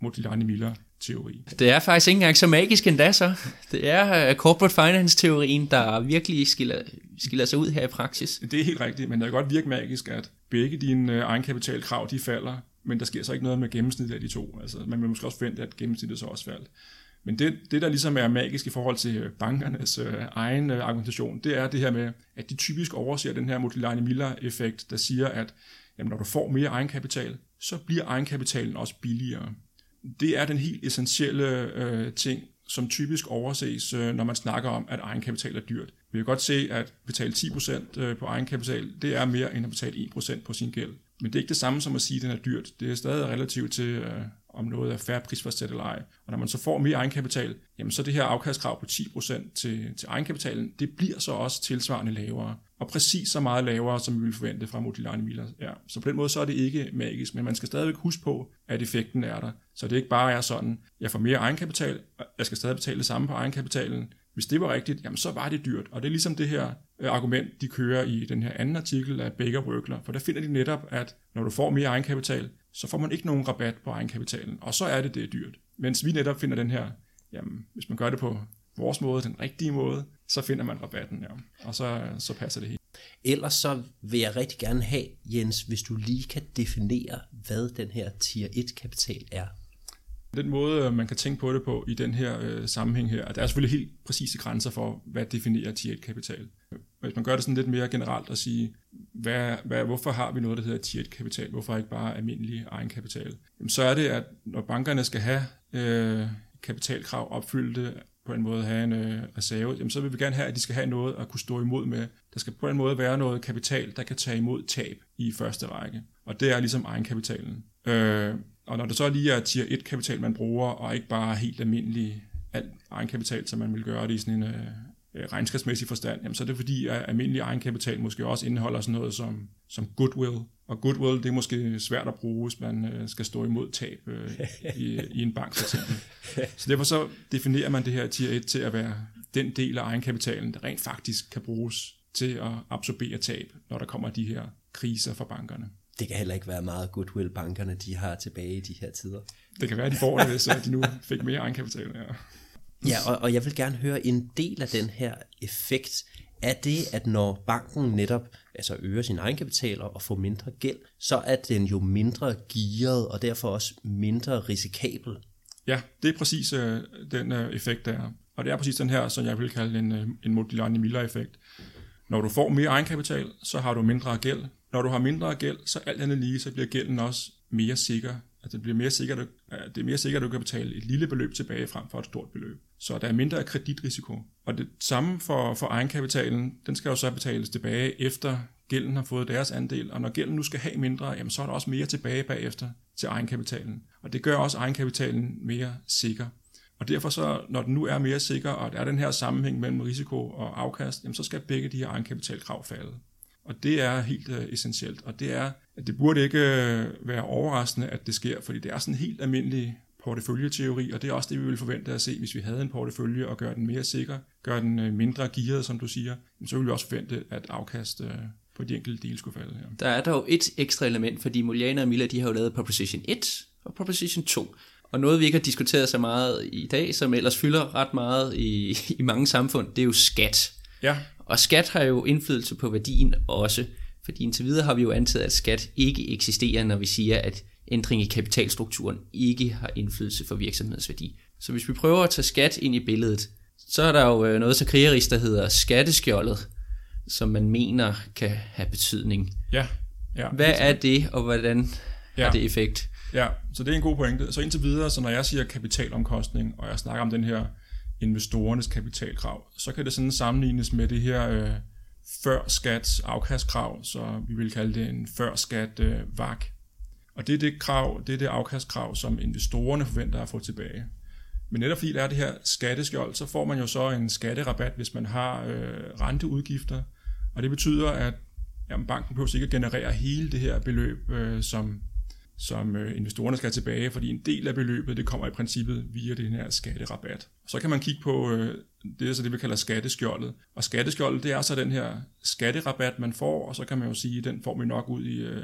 Modigliani-Miller-teori. Det er faktisk ikke engang så magisk endda så. Det er uh, corporate finance-teorien, der virkelig skiller, skiller sig ud her i praksis. Det er helt rigtigt, men det kan godt virke magisk, at begge dine uh, egenkapitalkrav, de falder, men der sker så ikke noget med gennemsnittet af de to. Altså, man vil måske også forvente, at gennemsnittet så også falder. Men det, det, der ligesom er magisk i forhold til bankernes øh, egen øh, argumentation, det er det her med, at de typisk overser den her Modigliani-Miller-effekt, der siger, at jamen, når du får mere egenkapital, så bliver egenkapitalen også billigere. Det er den helt essentielle øh, ting, som typisk overses, øh, når man snakker om, at egenkapital er dyrt. Vi kan godt se, at betale ti procent øh, på egenkapital, det er mere end at betale en procent på sin gæld. Men det er ikke det samme som at sige, at den er dyrt. Det er stadig relativt til, øh, om noget er fair prisfastsat eller ej. Og når man så får mere egenkapital, jamen så det her afkastkrav på ti procent til, til egenkapitalen, det bliver så også tilsvarende lavere. Og præcis så meget lavere, som vi ville forvente fra Modigliani-Miller. Ja. Så på den måde så er det ikke magisk, men man skal stadigvæk huske på, at effekten er der. Så det ikke bare er sådan, jeg får mere egenkapital, og jeg skal stadig betale det samme på egenkapitalen. Hvis det var rigtigt, jamen så var det dyrt. Og det er ligesom det her argument, de kører i den her anden artikel af Baker Workler. For der finder de netop, at når du får mere egenkapital, så får man ikke nogen rabat på egenkapitalen. Og så er det, det er dyrt. Mens vi netop finder den her, jamen hvis man gør det på vores måde, den rigtige måde, så finder man rabatten, ja. Og så, så passer det helt. Ellers så vil jeg rigtig gerne have, Jens, hvis du lige kan definere, hvad den her tier et kapital er. Den måde, man kan tænke på det på i den her øh, sammenhæng her, at der er selvfølgelig helt præcise grænser for, hvad definerer tier et kapital. Hvis man gør det sådan lidt mere generelt og sige, hvad, hvad, hvorfor har vi noget, der hedder tier et kapital? Hvorfor ikke bare almindelig egenkapital? Jamen, så er det, at når bankerne skal have øh, kapitalkrav opfyldte, på en måde have en øh, reserve, jamen, så vil vi gerne have, at de skal have noget at kunne stå imod med. Der skal på en måde være noget kapital, der kan tage imod tab i første række. Og det er ligesom egenkapitalen. Øh, og når det så lige er tier et kapital, man bruger, og ikke bare helt almindelig alt egenkapital, som man vil gøre det i sådan en øh, regnskabsmæssig forstand, jamen, så er det fordi, at almindelig egenkapital måske også indeholder sådan noget som, som goodwill. Og goodwill, det er måske svært at bruge, hvis man øh, skal stå imod tab øh, i, i en bank for eksempel. Så derfor så definerer man det her tier et til at være den del af egenkapitalen, der rent faktisk kan bruges til at absorbere tab, når der kommer de her kriser for bankerne. Det kan heller ikke være meget goodwill, bankerne de har tilbage i de her tider. Det kan være, at de får det, hvis de nu fik mere egenkapital. Ja, ja og, og jeg vil gerne høre en del af den her effekt. Er det, at når banken netop altså øger sine egenkapitaler og får mindre gæld, så er den jo mindre gearet og derfor også mindre risikabel? Ja, det er præcis øh, den øh, effekt, der er. Og det er præcis den her, som jeg vil kalde en, øh, en Modigliani-Miller-effekt. Når du får mere egenkapital, så har du mindre gæld. Når du har mindre gæld, så alt andet lige, så bliver gælden også mere sikker. Altså det bliver mere sikkert, det er mere sikkert, at du kan betale et lille beløb tilbage frem for et stort beløb. Så der er mindre kreditrisiko. Og det samme for, for egenkapitalen, den skal jo så betales tilbage efter gælden har fået deres andel. Og når gælden nu skal have mindre, jamen så er der også mere tilbage bagefter til egenkapitalen. Og det gør også egenkapitalen mere sikker. Og derfor så, når den nu er mere sikker, og der er den her sammenhæng mellem risiko og afkast, jamen så skal begge de her egenkapitalkrav falde. Og det er helt uh, essentielt. Og det er, at det burde ikke uh, være overraskende, at det sker, fordi det er sådan en helt almindelig porteføljeteori, og det er også det, vi ville forvente at se, hvis vi havde en portefølje og gøre den mere sikker, gøre den uh, mindre gearet, som du siger, så ville vi også forvente, at afkast uh, på de enkelte dele skulle falde. Ja. Der er dog et ekstra element, fordi Modigliani og Miller, de har jo lavet Proposition et og Proposition to. Og noget, vi ikke har diskuteret så meget i dag, som ellers fylder ret meget i, i mange samfund, det er jo skat. Ja. Og skat har jo indflydelse på værdien også, fordi indtil videre har vi jo antaget, at skat ikke eksisterer, når vi siger, at ændring i kapitalstrukturen ikke har indflydelse for virksomhedens værdi. Så hvis vi prøver at tage skat ind i billedet, så er der jo noget så krigerisk, der hedder skatteskjoldet, som man mener kan have betydning. Ja. Ja. Hvad er det, og hvordan ja. har det effekt? Ja, så det er en god pointe. Så indtil videre, så når jeg siger kapitalomkostning, og jeg snakker om den her investorernes kapitalkrav, så kan det sådan sammenlignes med det her øh, før skats afkastkrav, så vi vil kalde det en før skat øh, V A C. Og det er det krav, det er det afkastkrav, som investorerne forventer at få tilbage. Men netop fordi der er det her skatteskjold, så får man jo så en skatterabat, hvis man har øh, renteudgifter, og det betyder, at jamen, banken behøver ikke at generere hele det her beløb, øh, som som investorerne skal have tilbage, fordi en del af beløbet, det kommer i princippet via den her skatterabat. Så kan man kigge på, det er så det, vi kalder skatteskjoldet. Og skatteskjoldet, det er så den her skatterabat, man får, og så kan man jo sige, den får vi nok ud i,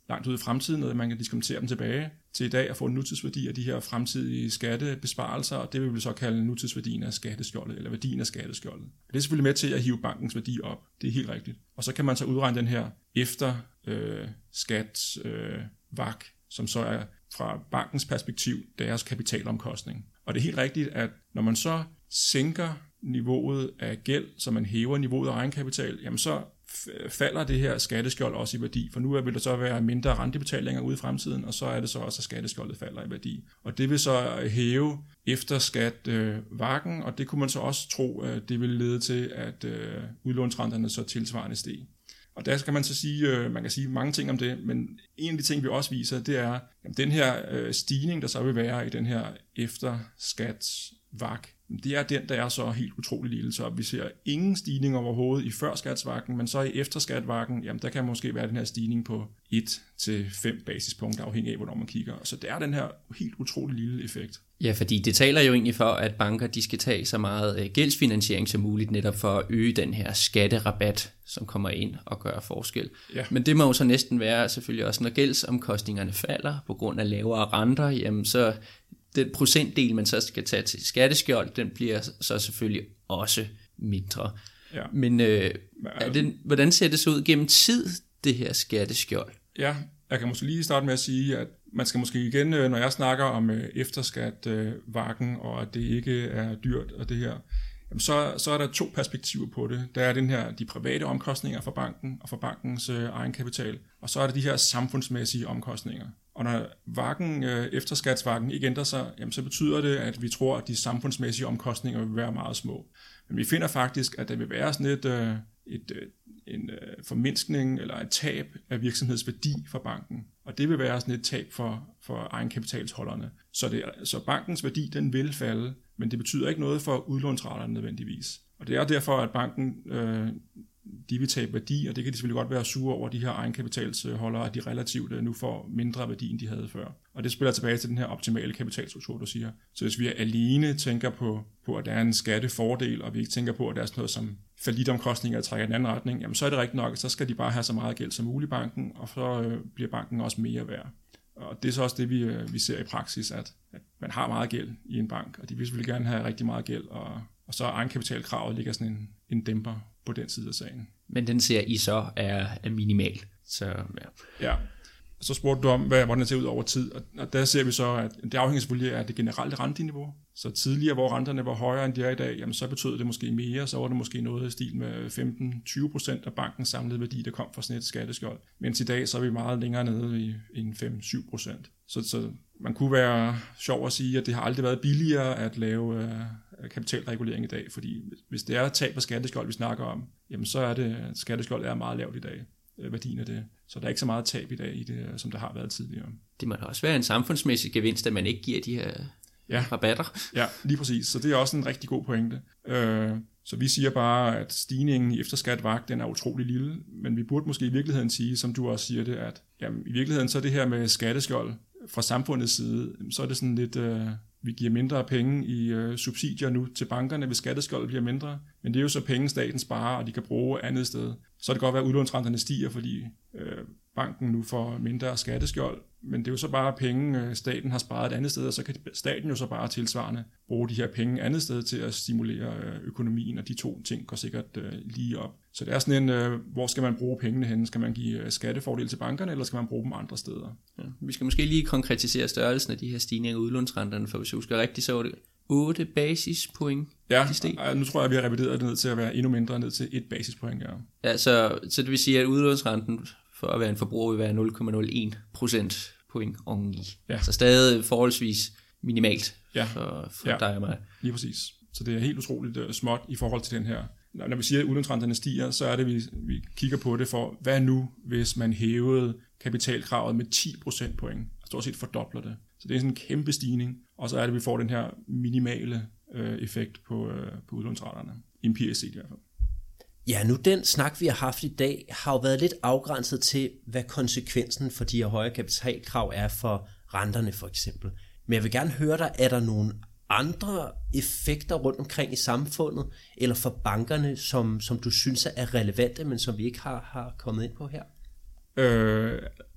langt ud i fremtiden, og man kan diskontere dem tilbage til i dag og få en nutidsværdi af de her fremtidige skattebesparelser, og det vil vi så kalde nutidsværdien af skatteskjoldet, eller værdien af skatteskjoldet. Det er selvfølgelig med til at hive bankens værdi op, det er helt rigtigt. Og så kan man så udregne den her efter øh, skat øh, V A C, som så er fra bankens perspektiv deres kapitalomkostning. Og det er helt rigtigt, at når man så sænker niveauet af gæld, så man hæver niveauet af egenkapital, jamen så falder det her skatteskjold også i værdi, for nu vil der så være mindre rentebetalinger ude i fremtiden, og så er det så også, at skatteskjoldet falder i værdi. Og det vil så hæve efter skat øh, vakken, og det kunne man så også tro, at det vil lede til, at øh, udlånsrenterne så tilsvarende steg. Og der skal man så sige, øh, man kan sige mange ting om det, men en af de ting, vi også viser, det er, at den her øh, stigning, der så vil være i den her efter skat V A C, det er den, der er så helt utrolig lille. Så vi ser ingen stigning overhovedet i førskatsvakken, men så i efterskatvakken, jamen der kan måske være den her stigning på et til fem basispunkter, afhængig af, hvornår man kigger. Så det er den her helt utrolig lille effekt. Ja, fordi det taler jo egentlig for, at banker de skal tage så meget gældsfinansiering som muligt, netop for at øge den her skatterabat, som kommer ind og gør forskel. Ja. Men det må jo så næsten være selvfølgelig også, når gældsomkostningerne falder på grund af lavere renter, jamen så den procentdel, man så skal tage til skatteskjold, den bliver så selvfølgelig også mindre. Ja. Men øh, er det, hvordan ser det så ud gennem tid, det her skatteskjold? Ja, jeg kan måske lige starte med at sige, at man skal måske igen, når jeg snakker om efterskatvakken, og at det ikke er dyrt og det her, jamen så, så er der to perspektiver på det. Der er den her, de private omkostninger for banken og for bankens øh, egenkapital, og så er der de her samfundsmæssige omkostninger. Og når vakken, øh, efterskatsvakken ikke ændrer sig, jamen så betyder det, at vi tror, at de samfundsmæssige omkostninger vil være meget små. Men vi finder faktisk, at der vil være sådan et, øh, et, øh, en øh, formindskning eller et tab af virksomhedsværdi for banken. Og det vil være sådan et tab for, for egenkapitalsholderne. Så, det, så bankens værdi, den vil falde, men det betyder ikke noget for udlånsraterne nødvendigvis. Og det er derfor, at banken øh, de vil tabe værdi, og det kan de selvfølgelig godt være sure over, de her egenkapitalsholdere, at de relativt nu får mindre værdi, end de havde før. Og det spiller tilbage til den her optimale kapitalstruktur, du siger. Så hvis vi alene tænker på, på, at der er en skattefordel, og vi ikke tænker på, at der er sådan noget som fallitomkostninger, der trækker i en anden retning, jamen så er det rigtigt nok, at så skal de bare have så meget gæld som muligt i banken, og så øh, bliver banken også mere værd. Og det er så også det, vi, øh, vi ser i praksis, at, at man har meget gæld i en bank, og de vil selvfølgelig gerne have rigtig meget gæld, og, og så er egenkapitalkravet ligger sådan en, en dæmper på den side af sagen. Men den ser I så er, er minimal. Så, ja. ja. Så spurgte du om, hvad, hvordan det ser ud over tid, og, og der ser vi så, at det afhænger selvfølgelig af det generelle renteniveau. Så tidligere, hvor renterne var højere end de er i dag, jamen så betød det måske mere, så var det måske noget i stil med femten til tyve procent af bankens samlede værdi, der kom fra sådan et skatteskjold. Mens i dag, så er vi meget længere nede i en fem til syv procent. Så, så man kunne være sjov at sige, at det har aldrig været billigere at lave uh, kapitalregulering i dag, fordi hvis det er tab af skatteskjold, vi snakker om, jamen så er det, skatteskjold er meget lavt i dag, værdien af det. Så der er ikke så meget tab i dag i det, som der har været tidligere. Det må da også være en samfundsmæssig gevinst, at man ikke giver de her ja. rabatter. Ja, lige præcis. Så det er også en rigtig god pointe. Øh, så vi siger bare, at stigningen i efterskatvagt, den er utrolig lille, men vi burde måske i virkeligheden sige, som du også siger det, at jamen, i virkeligheden så er det her med skatteskjold fra samfundets side, så er det sådan lidt, øh, vi giver mindre penge i øh, subsidier nu til bankerne, hvis skatteskjoldet bliver mindre, men det er jo så penge, staten sparer, og de kan bruge andet sted. Så er det godt være, at udlånsrenterne stiger, fordi øh, banken nu får mindre skatteskjold, men det er jo så bare penge, staten har sparet et andet sted, og så kan staten jo så bare tilsvarende bruge de her penge andet sted til at stimulere økonomien, og de to ting går sikkert øh, lige op. Så det er sådan en, øh, hvor skal man bruge pengene henne? Skal man give skattefordel til bankerne, eller skal man bruge dem andre steder? Ja, vi skal måske lige konkretisere størrelsen af de her stigninger i udlånsrenterne, for hvis jeg husker rigtigt, så var det otte basispoint. Ja, nu tror jeg, at vi har revideret det ned til at være endnu mindre, ned til et basispoint. Ja, ja så, så det vil sige, at udlånsrenten for at være en forbruger vil være nul komma nul en procent point only. Ja. Så stadig forholdsvis minimalt ja. for, for ja. dig og mig. Lige præcis. Så det er helt utroligt uh, småt i forhold til den her. Når vi siger, at udlånsrenterne stiger, så er det, vi, vi kigger på det for, hvad nu, hvis man hævede kapitalkravet med ti procentpoint? Stort set fordobler det. Så det er sådan en kæmpe stigning. Og så er det, vi får den her minimale øh, effekt på, øh, på udlånsraterne. Empirisk set i hvert fald. Ja, nu den snak, vi har haft i dag, har jo været lidt afgrænset til, hvad konsekvensen for de her høje kapitalkrav er for renterne for eksempel. Men jeg vil gerne høre dig, er der nogle andre effekter rundt omkring i samfundet, eller for bankerne, som, som du synes er relevante, men som vi ikke har, har kommet ind på her? Øh,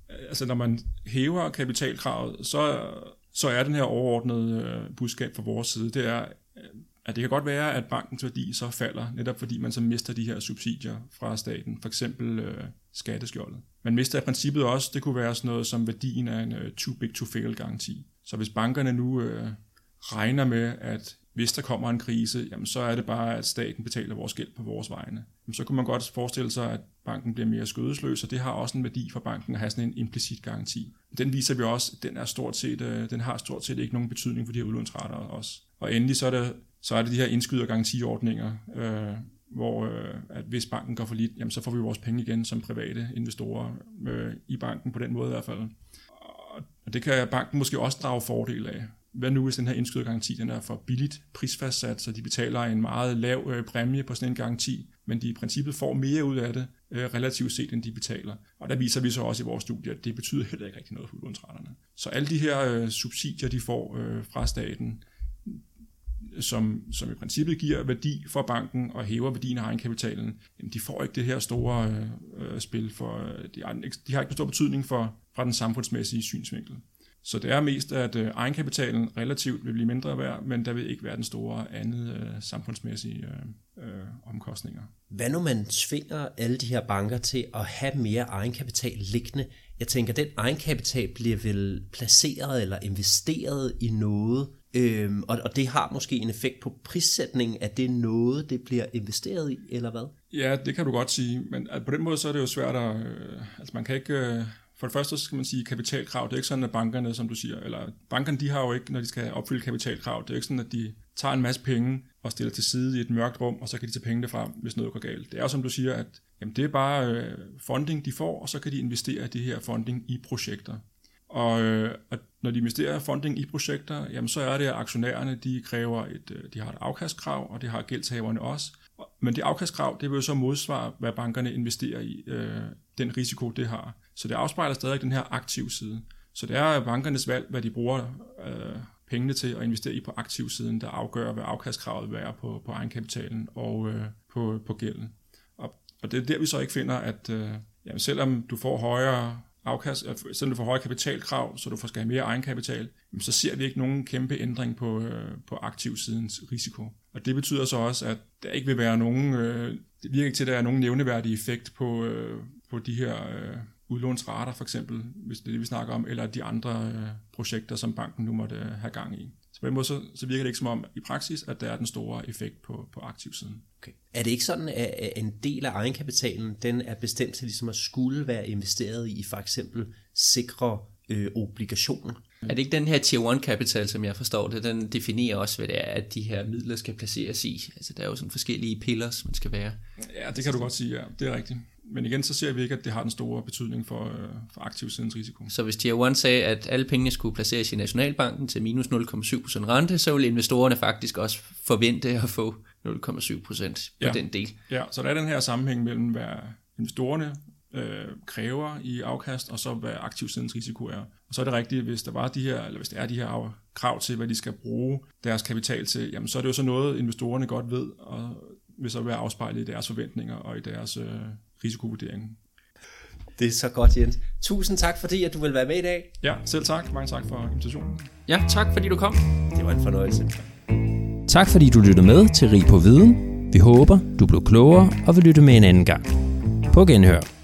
altså når man hæver kapitalkravet, så, så er den her overordnede budskab fra vores side, det er, at det kan godt være, at bankens værdi så falder, netop fordi man så mister de her subsidier fra staten, for eksempel øh, skatteskjoldet. Man mister i princippet også, det kunne være sådan noget som værdien af en uh, too big to fail garanti. Så hvis bankerne nu øh, regner med, at hvis der kommer en krise, jamen så er det bare, at staten betaler vores gæld på vores vegne. Jamen så kunne man godt forestille sig, at banken bliver mere skødesløs, og det har også en værdi for banken at have sådan en implicit garanti. Den viser vi også, at den, er stort set, øh, den har stort set ikke nogen betydning for de her udlånsrater også. Og endelig så er det, så er det de her indskyder- og garantiordninger, øh, hvor øh, at hvis banken går for lidt, jamen så får vi vores penge igen som private investorer øh, i banken på den måde i hvert fald. Og det kan banken måske også drage fordel af. Hvad nu hvis den her indskydergaranti den er for billigt prisfastsat, så de betaler en meget lav øh, præmie på sådan en garanti, men de i princippet får mere ud af det øh, relativt set, end de betaler. Og der viser vi så også i vores studie, at det betyder heller ikke rigtig noget for udlånsraterne. Så alle de her øh, subsidier, de får øh, fra staten, som, som i princippet giver værdi for banken og hæver værdien af egenkapitalen, jamen de får ikke det her store øh, spil, for øh, de, har, de har ikke en stor betydning for, fra den samfundsmæssige synsvinkel. Så det er mest, at øh, egenkapitalen relativt vil blive mindre værd, men der vil ikke være den store andet øh, samfundsmæssige øh, øh, omkostninger. Hvad nu man tvinger alle de her banker til at have mere egenkapital liggende? Jeg tænker, den egenkapital bliver vel placeret eller investeret i noget, øhm, og, og det har måske en effekt på prissætningen. Er det noget, det bliver investeret i, eller hvad? Ja, det kan du godt sige, men på den måde så er det jo svært at... Øh, altså man kan ikke... Øh, For det første skal man sige kapitalkrav. Det er ikke sådan, at bankerne, som du siger, eller bankerne, de har jo ikke, når de skal opfylde kapitalkrav, det er ikke sådan, at de tager en masse penge og stiller til side i et mørkt rum, og så kan de tage pengene frem, hvis noget går galt. Det er jo som du siger, at jamen, det er bare øh, funding, de får, og så kan de investere det her funding i projekter. Og, øh, og når de investerer funding i projekter, jamen, så er det, at aktionærerne de kræver et, øh, de har et afkastkrav, og det har gældshaverne også. Men det afkastkrav, det vil jo så modsvare, hvad bankerne investerer i, øh, den risiko, det har. Så det afspejler stadig den her aktiv side. Så det er bankernes valg, hvad de bruger øh, pengene til at investere i på aktivsiden, der afgør, hvad afkastkravet vil være på, på egenkapitalen og øh, på, på gælden. Og, og det er der, vi så ikke finder, at øh, jamen, selvom du får højere afkast, selvom du får højere kapitalkrav, så du får skal have mere egenkapital, så ser vi ikke nogen kæmpe ændring på, øh, på aktivsidens risiko. Og det betyder så også, at der ikke vil være nogen, øh, det virker ikke til, at der er nogen nævneværdig effekt på, øh, på de her øh, udlånsrater for eksempel, hvis det er det, vi snakker om, eller de andre øh, projekter, som banken nu måtte have gang i. Så på den måde så, så virker det ikke som om i praksis, at der er den store effekt på, på aktivsiden. Okay. Er det ikke sådan, at en del af egenkapitalen, den er bestemt til ligesom at skulle være investeret i for eksempel sikre øh, obligationer? Er det ikke den her tier one kapital, som jeg forstår det, den definerer også, hvad det er, at de her midler skal placeres i? Altså der er jo sådan forskellige pillars, man skal være. Ja, det kan du godt sige, ja. Det er rigtigt. Men igen, så ser vi ikke, at det har den store betydning for, øh, for aktivsidens risiko. Så hvis tier one sagde, at alle pengene skulle placeres i Nationalbanken til minus nul komma syv procent rente, så vil investorerne faktisk også forvente at få nul komma syv procent på ja. den del. Ja, så der er den her sammenhæng mellem, hvad investorerne øh, kræver i afkast, og så hvad aktivsidens risiko er. Og så er det rigtigt, hvis der var de her, eller hvis der er de her krav til, hvad de skal bruge deres kapital til, jamen så er det jo så noget, investorerne godt ved, og vil så være afspejlet i deres forventninger og i deres øh, risikovurdering. Det er så godt, Jens. Tusind tak, fordi at du vil være med i dag. Ja, selv tak. Mange tak for invitationen. Ja, tak fordi du kom. Det var en fornøjelse. Tak fordi du lyttede med til Rig på Viden. Vi håber, du blev klogere og vil lytte med en anden gang. På genhør.